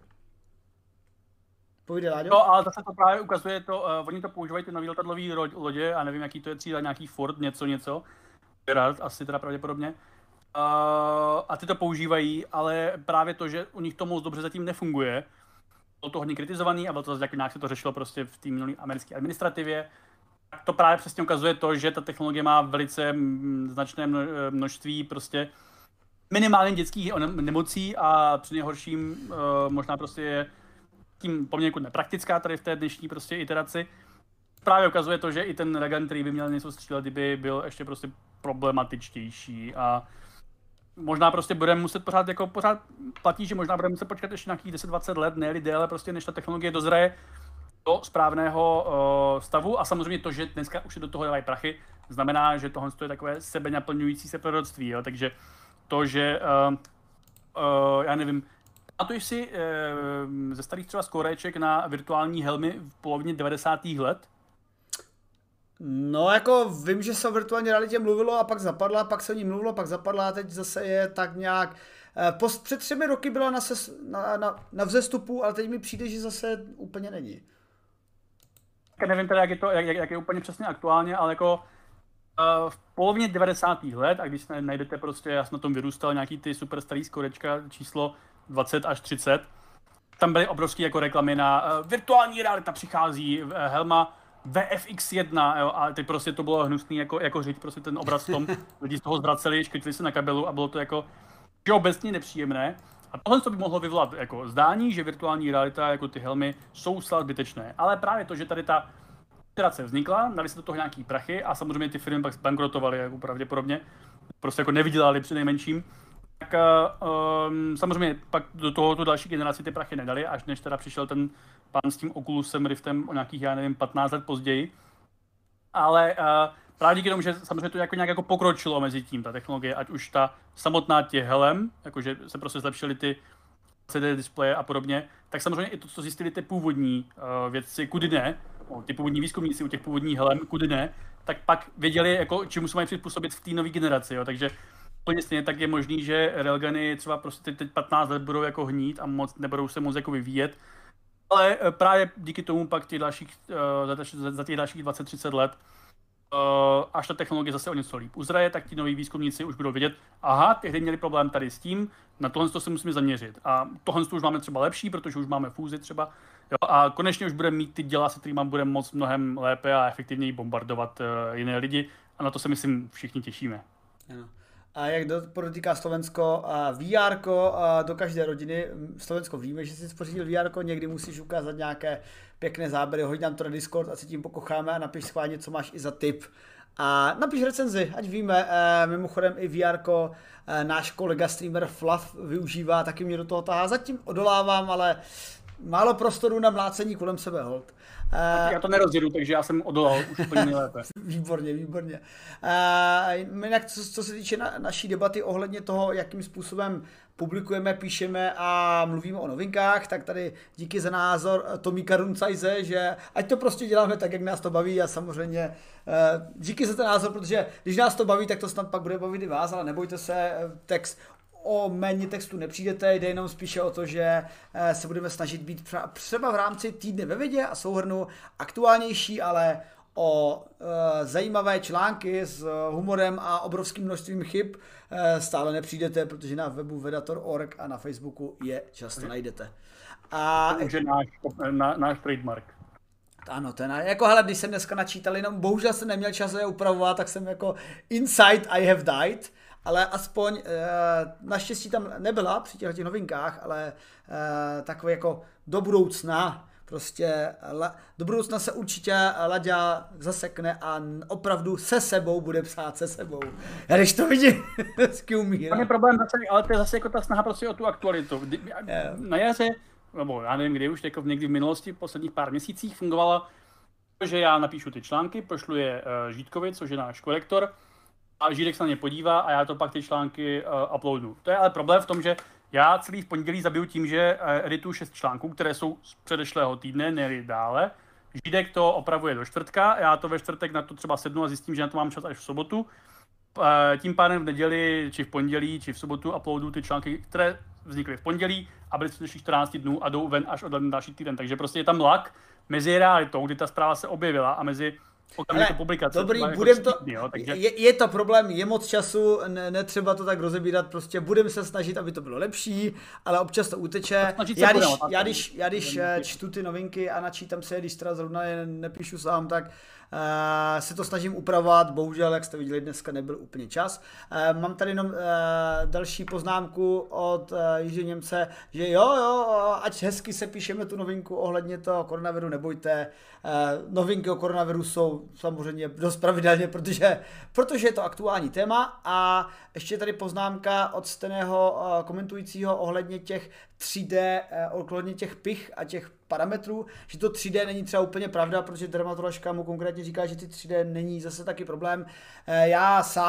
Povídej, Láďo? No, ale zase to právě ukazuje to, oni to používají ty nový letadlový lodě a nevím, jaký to je třída, nějaký Ford, něco, asi teda pravděpodobně. A ty to používají, ale právě to, že u nich to moc dobře zatím nefunguje, bylo to hodně kritizovaný a bylo to zase nějak se to řešilo prostě v té minulé americké administrativě. Tak to právě přesně ukazuje to, že ta technologie má velice značné množství prostě minimálně dětských nemocí a při nejhorším možná prostě je tím poměrně nepraktická tady v té dnešní prostě iteraci. Právě ukazuje to, že i ten Reagan, který by měl něco střílet, by byl ještě prostě problematičtější a možná prostě budeme muset pořád platí, že možná budeme muset počkat ještě nějakých 10-20 let, ne déle, prostě než ta technologie dozraje do správného stavu a samozřejmě to, že dneska už se do toho dávají prachy, znamená, že tohle je takové sebenaplňující se proroctví, jo? Takže to, že já nevím, pamatuješ si ze starých třeba skoreček na virtuální helmy v polovině 90. let? No jako vím, že se o virtuální realitě mluvilo a pak zapadla, pak se o ní mluvilo, pak zapadla a teď zase je tak nějak... Před 3 roky byla na vzestupu, ale teď mi přijde, že zase úplně není. Já nevím teda, jak je úplně přesně aktuálně, ale jako v polovině 90. let, a když najdete prostě, já jsem na tom vyrůstal, nějaký ty super starý skorečka číslo 20 až 30, tam byly obrovské jako reklamy na virtuální realita přichází, helma VFX1, jo, a teď prostě to bylo hnusný jako řiď, prostě ten obraz v tom, lidi z toho zvraceli, škrtili se na kabelu a bylo to jako obecně nepříjemné. A tohle to by mohlo vyvolat jako zdání, že virtuální realita, jako ty helmy, jsou zcela zbytečné. Ale právě to, že tady ta iterace vznikla, dali se do toho nějaký prachy a samozřejmě ty firmy pak bankrotovaly jako pravděpodobně, prostě jako nevydělali přinejmenším. Tak samozřejmě pak do toho tu další generaci ty prachy nedali, až než teda přišel ten pán s tím Oculusem Riftem o nějakých, já nevím, 15 let později. Ale právě díky tomu, že samozřejmě to nějak jako pokročilo mezi tím, ta technologie, ať už ta samotná těch helem, jakože se prostě zlepšily ty CD displeje a podobně, tak samozřejmě i to, co zjistili ty původní vědci, kudy ne, ty původní výzkumníci u těch původních helem, kudy ne, tak pak věděli, jako, čemu se mají přizpůsobit v té nové generaci, jo. Takže úplně stejně tak je možný, že railguny třeba prostě teď 15 let budou jako hnít a nebudou se moc jako vyvíjet. Ale právě díky tomu pak za těch dalších 20-30 let, až ta technologie zase o něco líp uzraje, tak ti noví výzkumníci už budou vědět, aha, tehdy měli problém tady s tím, na tohle se musíme zaměřit. A tohle už máme třeba lepší, protože už máme fúzi třeba. Jo, a konečně už budeme mít ty děla, se kterými budeme moct mnohem lépe a efektivněji bombardovat jiné lidi. A na to se, myslím, všichni těšíme. Ano. A jak podotýká Slovensko, VR do každé rodiny. Slovensko víme, že jsi pořídil VR, někdy musíš ukázat nějaké pěkné záběry, hoď nám to na Discord, ať se tím pokocháme a napiš schválně, co máš i za tip. A napiš recenzi, ať víme. Mimochodem i VR náš kolega streamer Fluff využívá, taky mě do toho tahá. Zatím odolávám, ale málo prostoru na mlácení kolem sebe, hold. Já to nerozjedu, takže já jsem odolal už úplně nejlépe. Výborně, výborně. Jinak co se týče naší debaty ohledně toho, jakým způsobem publikujeme, píšeme a mluvíme o novinkách, tak tady díky za názor Tomíka Runcajze, že ať to prostě děláme tak, jak nás to baví a samozřejmě díky za ten názor, protože když nás to baví, tak to snad pak bude bavit i vás, ale nebojte se, text o méně textu nepřijdete, jde jenom spíše o to, že se budeme snažit být třeba v rámci týdne ve vědě a souhrnu aktuálnější, ale o zajímavé články s humorem a obrovským množstvím chyb stále nepřijdete, protože na webu vedator.org a na Facebooku je často najdete. A to je náš trademark. Ano, jako hele, když jsem dneska načítal, jenom bohužel jsem neměl čas je upravovat, tak jsem jako inside I have died, ale aspoň naštěstí tam nebyla při těch novinkách, ale takové jako do budoucna, prostě do budoucna se určitě Laďa zasekne a opravdu se sebou bude psát se sebou. Já když to vidím, hezky umírám. Tam je problém zase, ale to je zase jako ta snaha prostě o tu aktualitu. Na jaře, nebo já nevím kdy už, jako někdy v minulosti, v posledních pár měsících fungovalo, že já napíšu ty články, pošlu je Žítkovi, což je náš korektor, a Žídek se na ně podívá a já to pak ty články uploadnu. To je ale problém v tom, že já celý v pondělí zabiju tím, že edituju 6 článků, které jsou z předešlého týdne, ne dále. Žídek to opravuje do čtvrtka, já to ve čtvrtek na to třeba sednu a zjistím, že na to mám čas až v sobotu. Tím pádem v neděli, či v pondělí, či v sobotu uploaduju ty články, které vznikly v pondělí a byly v 14 dnů a jdou ven až od další týden. Takže prostě je tam lag mezi realitou, kdy ta zpráva se objevila a mezi okamžitou publikace. Dobrý, takže... je to problém, je moc času, netřeba to tak rozebírat, prostě budeme se snažit, aby to bylo lepší, ale občas to uteče. Já když čtu ty novinky a načítám se, když teda zrovna je nepíšu sám, tak se to snažím upravovat, bohužel, jak jste viděli, dneska nebyl úplně čas. Mám tady jenom další poznámku od Jiří Němce, že jo, ať hezky se píšeme tu novinku ohledně toho koronaviru, nebojte. Novinky o koronaviru jsou samozřejmě dost pravidelně, protože je to aktuální téma. A ještě tady poznámka od stejného komentujícího ohledně těch 3D, ohledně těch pich a těch parametrů, že to 3D není třeba úplně pravda, protože dermatoložka mu konkrétně říká, že ty 3D není zase taky problém. Já se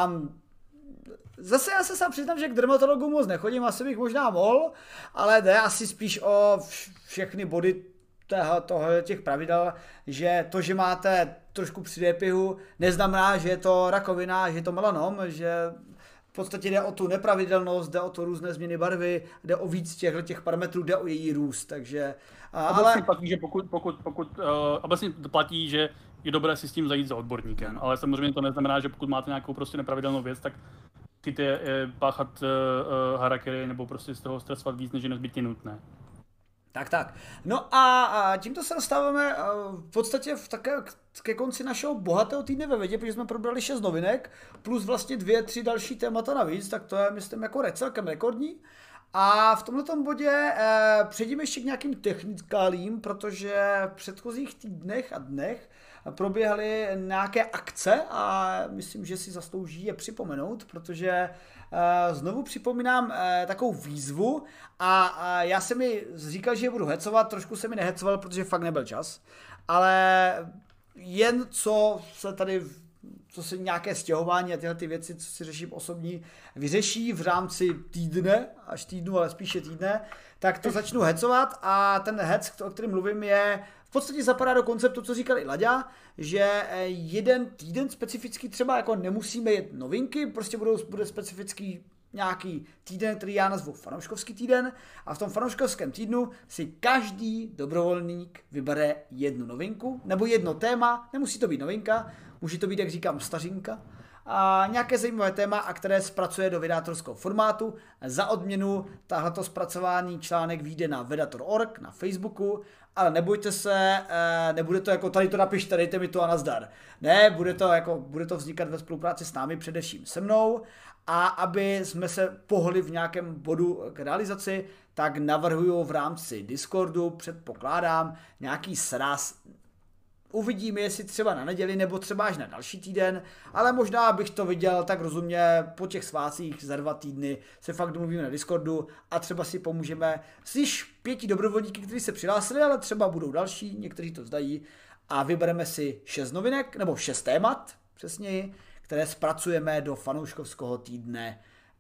sám přiznám, že k dermatologu moc nechodím, asi bych možná mohl, ale jde asi spíš o všechny body těch pravidel, že to, že máte trošku 3D pihu, neznamená, že je to rakovina, že je to melanom, že v podstatě jde o tu nepravidelnost, jde o to různé změny barvy, jde o víc těch parametrů, jde o její růst, takže... Ale platí, že obecně platí, že je dobré si s tím zajít za odborníkem, ale samozřejmě to neznamená, že pokud máte nějakou prostě nepravidelnou věc, tak chcete páchat harakiri nebo prostě z toho stresovat víc, než je nezbytně nutné. Tak. No a tímto se dostáváme v podstatě ke konci našeho bohatého týdne ve vědě, protože jsme probrali 6 novinek, plus vlastně 2-3 další témata navíc, tak to je, myslím, jako celkem rekordní. A v tomhletom bodě přejdeme ještě k nějakým technikálím, protože v předchozích týdnech a dnech proběhly nějaké akce a myslím, že si zaslouží je připomenout, protože znovu připomínám takovou výzvu a já jsem mi říkal, že je budu hecovat, trošku se mi nehecoval, protože fakt nebyl čas, ale jen co se nějaké stěhování a tyhle ty věci, co si řeším osobní, vyřeší v rámci týdne, až týdnu, ale spíše týdne, tak to začnu hecovat a ten hec, o kterém mluvím, v podstatě zapadá do konceptu, co říkal i Laďa, že jeden týden specifický třeba jako nemusíme jet novinky, prostě bude specifický nějaký týden, který já nazvu fanouškovský týden a v tom fanouškovském týdnu si každý dobrovolník vybere jednu novinku nebo jedno téma, nemusí to být novinka, může to být, jak říkám, stařinka, a nějaké zajímavé téma, a které zpracuje do vydátorského formátu. Za odměnu tahleto zpracování článek vyjde na vedator.org, na Facebooku, ale nebojte se, nebude to jako tady to napište, dejte mi to a nazdar. Ne, bude to vznikat ve spolupráci s námi, především se mnou, a aby jsme se pohli v nějakém bodu k realizaci, tak navrhuju v rámci Discordu, předpokládám, nějaký sraz. Uvidíme, jestli třeba na neděli, nebo třeba až na další týden, ale možná bych to viděl tak rozumně po těch svátcích za 2 týdny se fakt domluvíme na Discordu a třeba si pomůžeme s již 5 dobrovolníky, kteří se přihlásili, ale třeba budou další, někteří to vzdají a vybereme si 6 novinek, nebo 6 témat, přesněji, které zpracujeme do fanouškovského týdne,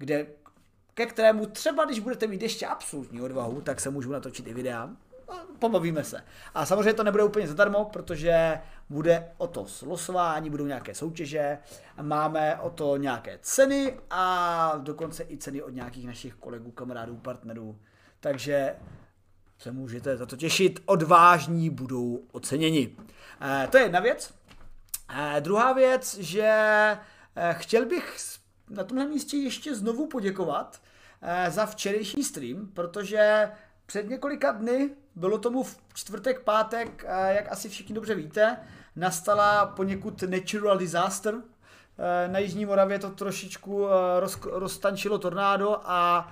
ke kterému třeba, když budete mít ještě absolutní odvahu, tak se můžu natočit i videa. Pobavíme se. A samozřejmě to nebude úplně zadarmo, protože bude o to losování, budou nějaké soutěže, máme o to nějaké ceny a dokonce i ceny od nějakých našich kolegů, kamarádů, partnerů. Takže se můžete za to těšit, odvážní budou oceněni. To je jedna věc. Druhá věc, že chtěl bych na tomhle místě ještě znovu poděkovat za včerejší stream, protože před několika dny, bylo tomu v čtvrtek, pátek, jak asi všichni dobře víte, nastala poněkud natural disaster. Na Jižní Moravě to trošičku roztančilo tornádo a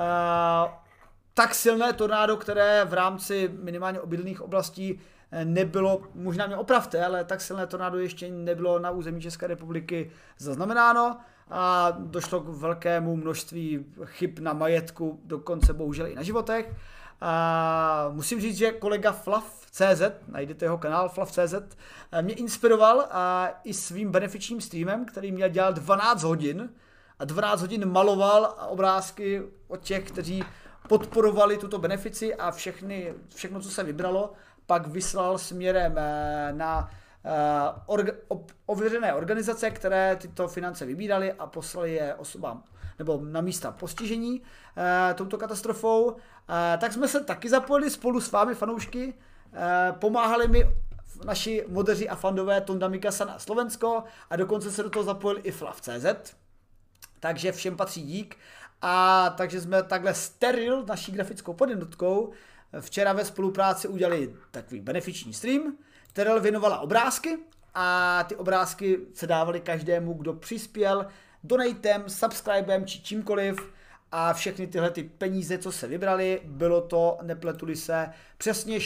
tak silné tornádo, které v rámci minimálně obydlených oblastí nebylo, možná mě opravte, ale tak silné tornádo ještě nebylo na území České republiky zaznamenáno a došlo k velkému množství chyb na majetku, dokonce bohužel i na životech. Musím říct, že kolega Flav.cz, najdete jeho kanál Flav.cz, mě inspiroval i svým benefičním streamem, který měl dělat 12 hodin a 12 hodin maloval obrázky od těch, kteří podporovali tuto benefici a všechno, co se vybralo, pak vyslal směrem na ověřené organizace, které tyto finance vybíraly a poslali je osobám nebo na místa postižení touto katastrofou. Tak jsme se taky zapojili spolu s vámi fanoušky, pomáhali mi naši modeři a fandové Tonda Mikasa na Slovensko a dokonce se do toho zapojil i Flav.cz, takže všem patří dík. A takže jsme takhle Steril, naší grafickou podjednotkou, včera ve spolupráci udělali takový benefiční stream. Steril věnovala obrázky a ty obrázky se dávaly každému, kdo přispěl donatem, subscribem či čímkoliv a všechny tyhle ty peníze, co se vybrali, bylo to, nepletuli se, přesně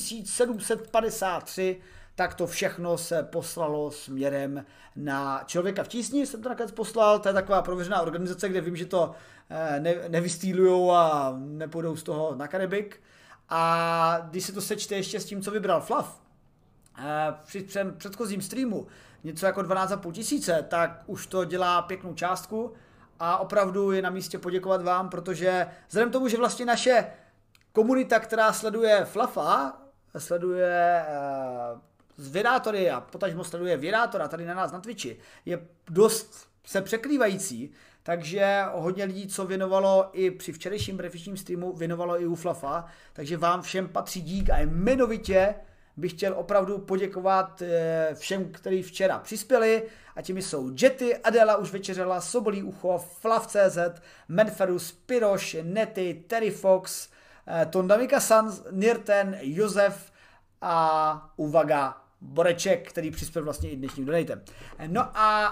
6753, tak to všechno se poslalo směrem na Člověka v tísni, jsem to nakonec poslal, to je taková prověřená organizace, kde vím, že to nevystýlujou a nepůjdou z toho na Karibik. A když se to sečte ještě s tím, co vybral Fluff, při předchozím streamu něco jako 12,5 tisíce, tak už to dělá pěknou částku a opravdu je na místě poděkovat vám, protože vzhledem tomu, že vlastně naše komunita, která sleduje Fluffa, sleduje z Vědátory a potažmo sleduje Vědátora tady na nás na Twitchi, je dost se překrývající, takže hodně lidí, co věnovalo i při včerejším benefičním streamu, věnovalo i u Fluffa, takže vám všem patří dík a jmenovitě bych chtěl opravdu poděkovat všem, kteří včera přispěli, a těmi jsou Jetty, Adela už večeřela, Sobolí ucho, Fluff.cz, Menferus, Piroš, Nety, Terry Fox, Tondamika Sans, Nirten, Josef a Uvaga Boreček, který přispěl vlastně i dnešním donatem. No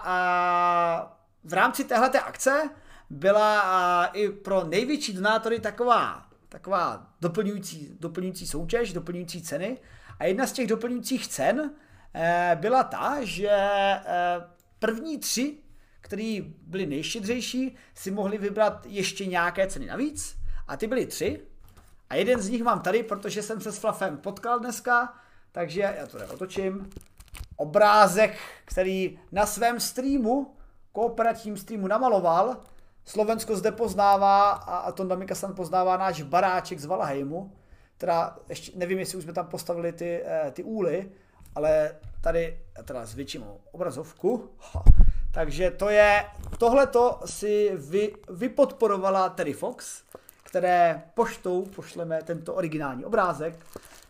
a v rámci téhleté akce byla i pro největší donátory taková doplňující soutěž, doplňující ceny. A jedna z těch doplňujících cen byla ta, že první 3, který byli nejštědřejší, si mohli vybrat ještě nějaké ceny navíc. A ty byly 3. A jeden z nich mám tady, protože jsem se s Fluffem potkal dneska, takže já to otočím. Obrázek, který na svém streamu, kooperačním streamu namaloval. Slovensko zde poznává a Tondamika San poznává náš baráček z Valheimu. Teda ještě nevím, jestli už jsme tam postavili ty úly, ale tady teda zvětším obrazovku. Takže tohleto si vypodporovala Terry Fox, které poštou pošleme tento originální obrázek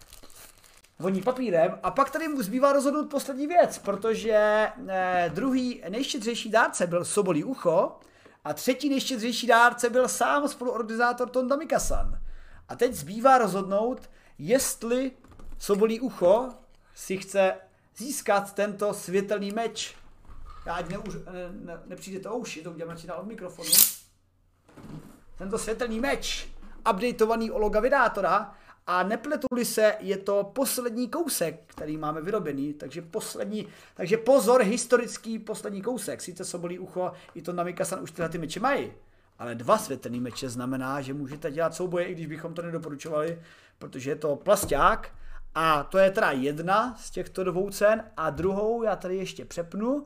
voní papírem. A pak tady mu zbývá rozhodnout poslední věc, protože druhý nejštědřejší dárce byl Sobolí ucho a třetí nejštědřejší dárce byl sám spoluorganizátor Tondamika San. A teď zbývá rozhodnout, jestli Sobolí ucho si chce získat tento světelný meč. Ať nepřijde to uši, to udělám radši od mikrofonu. Tento světelný meč, updateovaný o loga Vědátora, a nepletuli se, je to poslední kousek, který máme vyrobený, takže pozor, historický poslední kousek. Sice Sobolí ucho i Tondamika San už tyhle ty meče mají, ale 2 světelný meče znamená, že můžete dělat souboje, i když bychom to nedoporučovali, protože je to plasťák. A to je teda jedna z těchto 2 cen a druhou já tady ještě přepnu.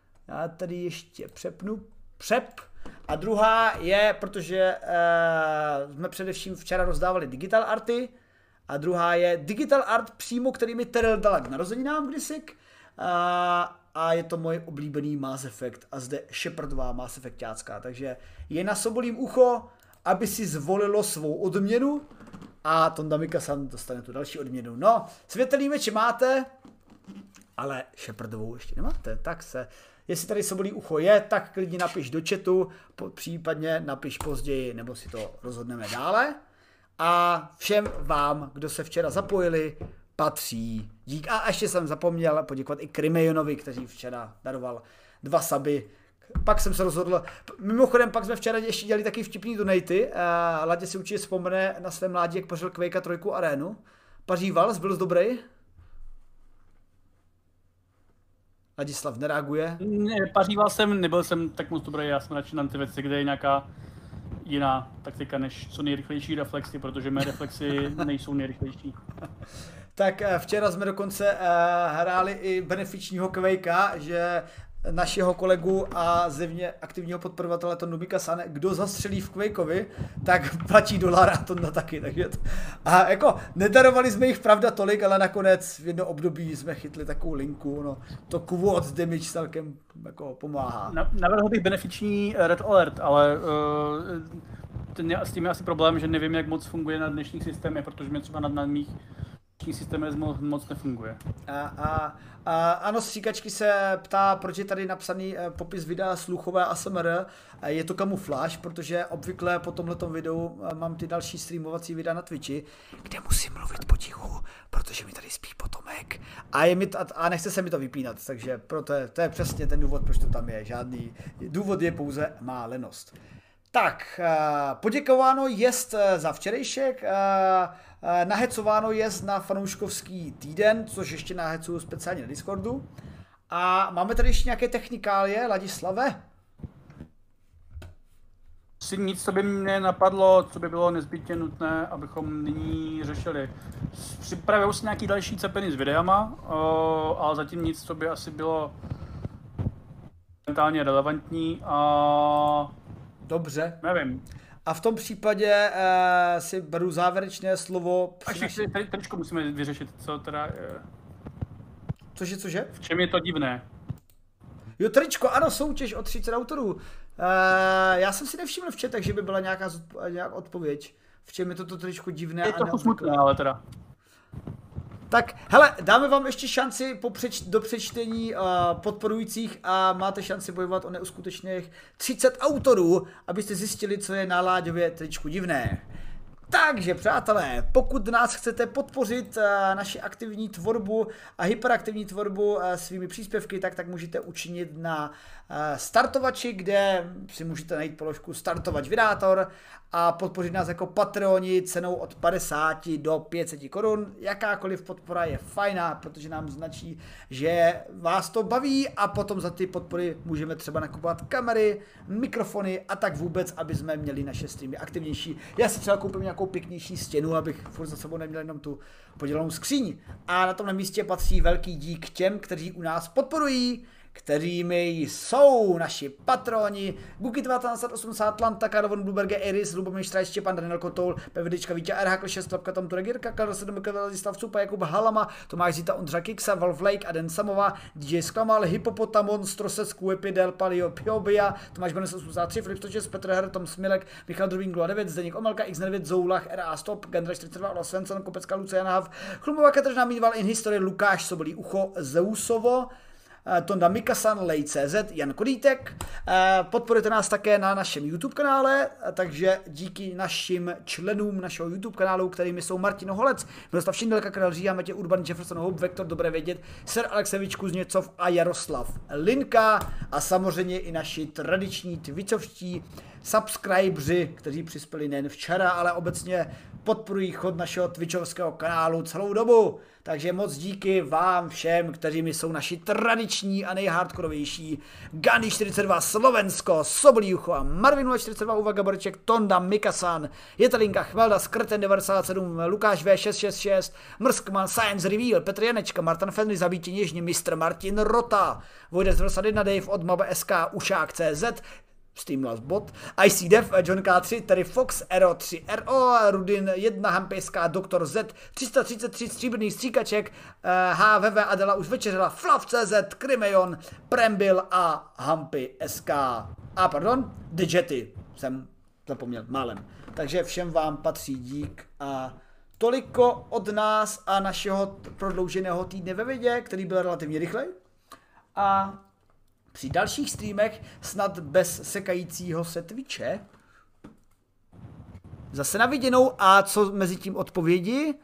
A druhá je, protože jsme především včera rozdávali digital arty, a druhá je digital art přímo, který mi Terrell dala k narozeninám kdysi. A je to můj oblíbený Mass Effect a zde Shepardová Mass Effectácká. Takže je na Sobolím ucho, aby si zvolilo svou odměnu a Tondamika San dostane tu další odměnu. No, světelný meče máte, ale Shepardovou ještě nemáte, tak se... Jestli tady Sobolí ucho je, tak klidně napiš do chatu, případně napiš později, nebo si to rozhodneme dále. A všem vám, kdo se včera zapojili, patří dík. A ještě jsem zapomněl poděkovat i Krimejonovi, který včera daroval 2 suby. Pak jsem se rozhodl, mimochodem pak jsme včera ještě dělali taky vtipný donaty. Ladě si určitě vzpomene na své mládí, jak pařil Quakea 3 arénu. Paříval, byl dobrý? Ladislav nereaguje. Ne, paříval jsem, nebyl jsem tak moc dobrý, já jsem radši na ty věci, kde je nějaká jiná taktika než co nejrychlejší reflexy, protože mé reflexy nejsou nejrychlejší. Tak včera jsme dokonce hráli i benefičního Quakea, že našeho kolegu a zevně aktivního podporovatele Tondamika San, kdo zastřelí v Quakeovi, tak platí $1 a Tonda taky. Takže a jako nedarovali jsme jich pravda tolik, ale nakonec v jedno období jsme chytli takovou linku, no to quote damage celkem jako pomáhá. Navrhl bych benefiční Red Alert, ale s tím je asi problém, že nevím, jak moc funguje na dnešních systémech, protože mě třeba na mých systém moc nefunguje. Ano, stříkačky se ptá, proč je tady napsaný popis videa sluchové ASMR. Je to kamufláž, protože obvykle po tomhletom videu mám ty další streamovací videa na Twitchi, kde musím mluvit potichu, protože mi tady spí potomek a nechce se mi to vypínat, takže proto to je přesně ten důvod, proč to tam je. Žádný důvod, je pouze má lenost. Tak, poděkováno jest za včerejšek, nahecováno jest na fanouškovský týden, což ještě nahecuju speciálně na Discordu. A máme tady ještě nějaké technikálie, Ladislave? Si nic, co by mě napadlo, co by bylo nezbytně nutné, abychom nyní řešili. Připravil si nějaký další cepeny s videama, ale zatím nic, co by asi bylo mentálně relevantní a... Dobře. Nevím. A v tom případě si beru závěrečné slovo. Tričko musíme vyřešit, co teda je. Cože? V čem je to divné? Jo, tričko, ano, soutěž o 30 autorů. Já jsem si nevšiml v chatech, že by byla nějaká odpověď. V čem je toto tričko divné? Je to smutné, ale teda. Tak, hele, dáme vám ještě šanci do přečtení podporujících a máte šanci bojovat o neuskutečných 30 autorů, abyste zjistili, co je na Láďově tričku divné. Takže, přátelé, pokud nás chcete podpořit naši aktivní tvorbu a hyperaktivní tvorbu svými příspěvky, tak můžete učinit na startovači, kde si můžete najít položku startovač vydátor a podpořit nás jako patroni cenou od 50 do 500 korun. Jakákoliv podpora je fajná, protože nám značí, že vás to baví a potom za ty podpory můžeme třeba nakupovat kamery, mikrofony a tak vůbec, aby jsme měli naše streamy aktivnější. Já si třeba koupím nějakou pěknější stěnu, abych furt za sebou neměl jenom tu podělanou skříň. A na tomhle místě patří velký dík těm, kteří u nás podporují, kterými jsou naši patroni Guky 1980, Lanta, Karlovon, Blueberge, Iris, Lubomír Štrajc, Štěpán, Daniel Kotoul, Pevdička, Vítě, RH, 6, Lapka, Tom Turek, Jirka, Karl 7, Vladislav Cupa, Jakub Halama, Tomáš Zita, Ondřa Kiksa, Wolf Lake, Aden Samova, DJ Sklamal, Hypopotamon, Strosec, Kuepidel, Palio, Piobia, Tomáš Benes 83, Filip Stočes, Petr Her, Tom Smilek, Michal Drubín, 9, Zdeněk Omelka, X9, Zoulach, RA Stop, Gendra 42, Ola Svensson, Kopecka, Luciana Hav, Chlumová Kateřina Mýval, In History, Lukáš, Sobolí ucho, Zeusovo, Tonda Mikasan, Lej.cz, Jan Kodítek. Podporujte nás také na našem YouTube kanále, takže díky našim členům našeho YouTube kanálu, kterými jsou Martin Holec, Miroslav Šindelka, Karel Žíja, Matěj Urban, Jefferson Hope, Vektor, Dobré vědět, Sir Alexevič Kuzněcov a Jaroslav Linka a samozřejmě i naši tradiční twitchovští subscriberi, kteří přispěli nejen včera, ale obecně podporují chod našeho twitchovského kanálu celou dobu. Takže moc díky vám všem, kteřími jsou naši tradiční a nejhardkorovější Gandhi 42 Slovensko, Sobolíucho a Marvin 42 Uva Gaborček, Tonda Mikasan, Jetelinka Chvelda, Skrten 97, Lukáš V666, Mrskman, Science Reveal, Petr Janečka, Martin Fenry, Zabítě něžně, Mr. Martin Rota, Vojdes 21 Dave od Maba SK, Ušák CZ, Steamless Bot, IC Dev, John K3, Terry Fox, Ero 3, RO, Rudin 1, Hampejská, Doktor Z, 333 stříbrný stříkaček, HVV Adela už večeřela, Flav.cz, Krymeon, Prembil a Hampy SK. A pardon, Digety, jsem zapomněl málem. Takže všem vám patří dík a toliko od nás a našeho prodlouženého týdne ve vědě, který byl relativně rychlej. A při dalších streamech, snad bez sekajícího se Twitche. Zase na viděnou a co mezi tím odpovědi?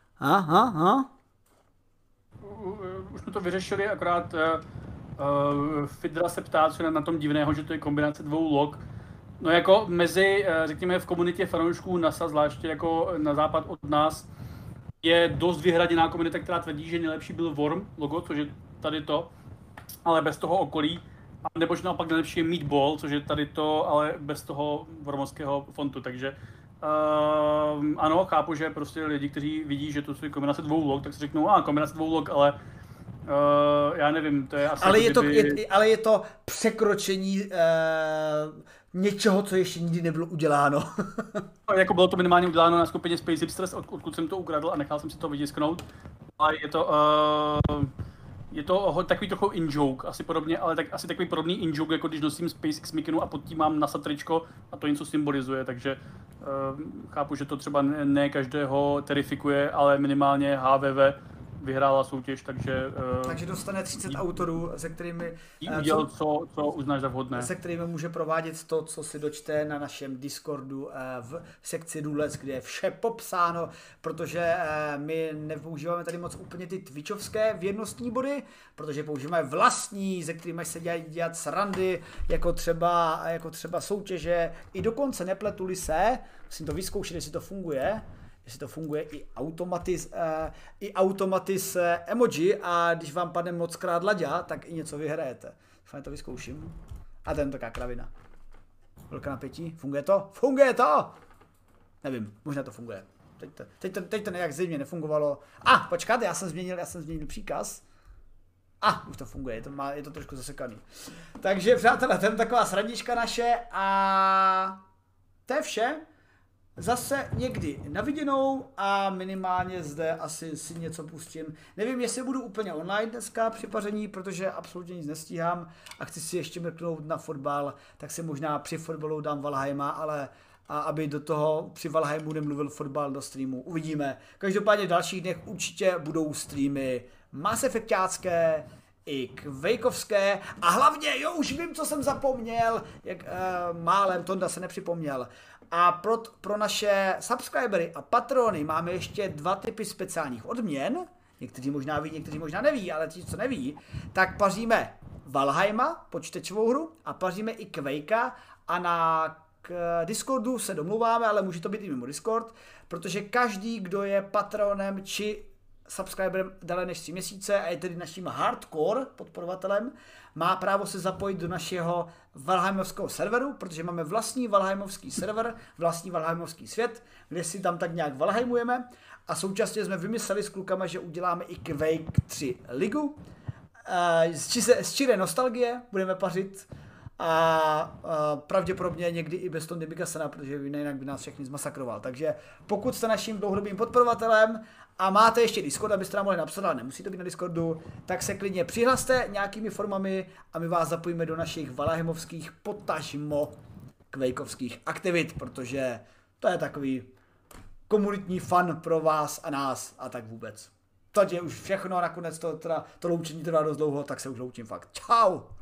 Už jsme to vyřešili, akorát Fidra se ptá, co je na tom divného, že to je kombinace dvou log. No jako mezi, řekněme, v komunitě fanoušků NASA, zvláště jako na západ od nás, je dost vyhraněná komunita, která tvrdí, že nejlepší byl Worm logo, což je tady to, ale bez toho okolí. A nebo naopak nejlepší je Meatball, což je tady to, ale bez toho wormovského fontu, takže ano, chápu, že prostě lidi, kteří vidí, že to je kombinace dvou log, tak si řeknou, kombinace dvou log, ale já nevím, to je asi... Ale je to překročení něčeho, co ještě nikdy nebylo uděláno. Jako bylo to minimálně uděláno na skupině Space Hipsters, odkud jsem to ukradl a nechal jsem si to vytisknout, ale je to takový trochu in-joke, asi podobně, ale asi takový podobný in-joke, jako když nosím SpaceX mikinu a pod tím mám NASA tričko a to něco symbolizuje, takže Chápu, že to třeba ne každého terifikuje, ale minimálně HVV vyhrála soutěž, takže... Takže dostane 30 autorů, se kterými... Udělal, co uznáš za vhodné. Se kterými může provádět to, co si dočte na našem Discordu v sekci Rules, kde je vše popsáno, protože my nepoužíváme tady moc úplně ty twitchovské věrnostní body, protože používáme vlastní, se kterými se dělat srandy, jako třeba soutěže, i dokonce nepletuli se, musím to vyzkoušet, jestli to funguje i automatis emoji a když vám padne mockrát laďa, tak i něco vyhrajete. Fajn, to vyzkouším. A ten taká kravina. Velká napětí. Funguje to? Funguje to! Nevím, možná to funguje. Teď to nějak zřejmě nefungovalo. Počkat, já jsem změnil příkaz. Už to funguje, je to trošku zasekaný. Takže přátelé, to je taková srandička naše a to je vše. Zase někdy na viděnou a minimálně zde asi si něco pustím. Nevím, jestli budu úplně online dneska při paření, protože absolutně nic nestíhám a chci si ještě mrknout na fotbal, tak si možná při fotbalu dám Valheima, ale aby do toho při Valheimu nemluvil fotbal do streamu. Uvidíme. Každopádně v dalších dnech určitě budou streamy Mass Effectácké i Quakeovské a hlavně, už vím, co jsem zapomněl, jak málem Tonda se nepřipomněl. A pro naše subscribery a patrony máme ještě 2 typy speciálních odměn. Někteří možná ví, někteří možná neví, ale ti, co neví, tak paříme Valheima, počítačovou hru, a paříme i Quakea a na Discordu se domluváme, ale může to být i mimo Discord, protože každý, kdo je patronem či subscriberem déle než 3 měsíce a je tedy naším hardcore podporovatelem, má právo se zapojit do našeho valheimovského serveru, protože máme vlastní valheimovský server, vlastní valheimovský svět, kde si tam tak nějak valheimujeme a současně jsme vymysleli s klukama, že uděláme i Quake 3 ligu. Z čiré nostalgie budeme pařit a pravděpodobně někdy i bez Tondy Mikasena, protože jinak by nás všechny zmasakroval. Takže pokud jste naším dlouhodobým podporovatelem a máte ještě Discord, abyste nám mohli napsat, ale nemusí to být na Discordu, tak se klidně přihlaste nějakými formami a my vás zapojíme do našich valheimovských potažmo quakeovských aktivit, protože to je takový komunitní fun pro vás a nás a tak vůbec. Teď je už všechno, nakonec to loučení trvá dost dlouho, tak se už loučím fakt. Čau!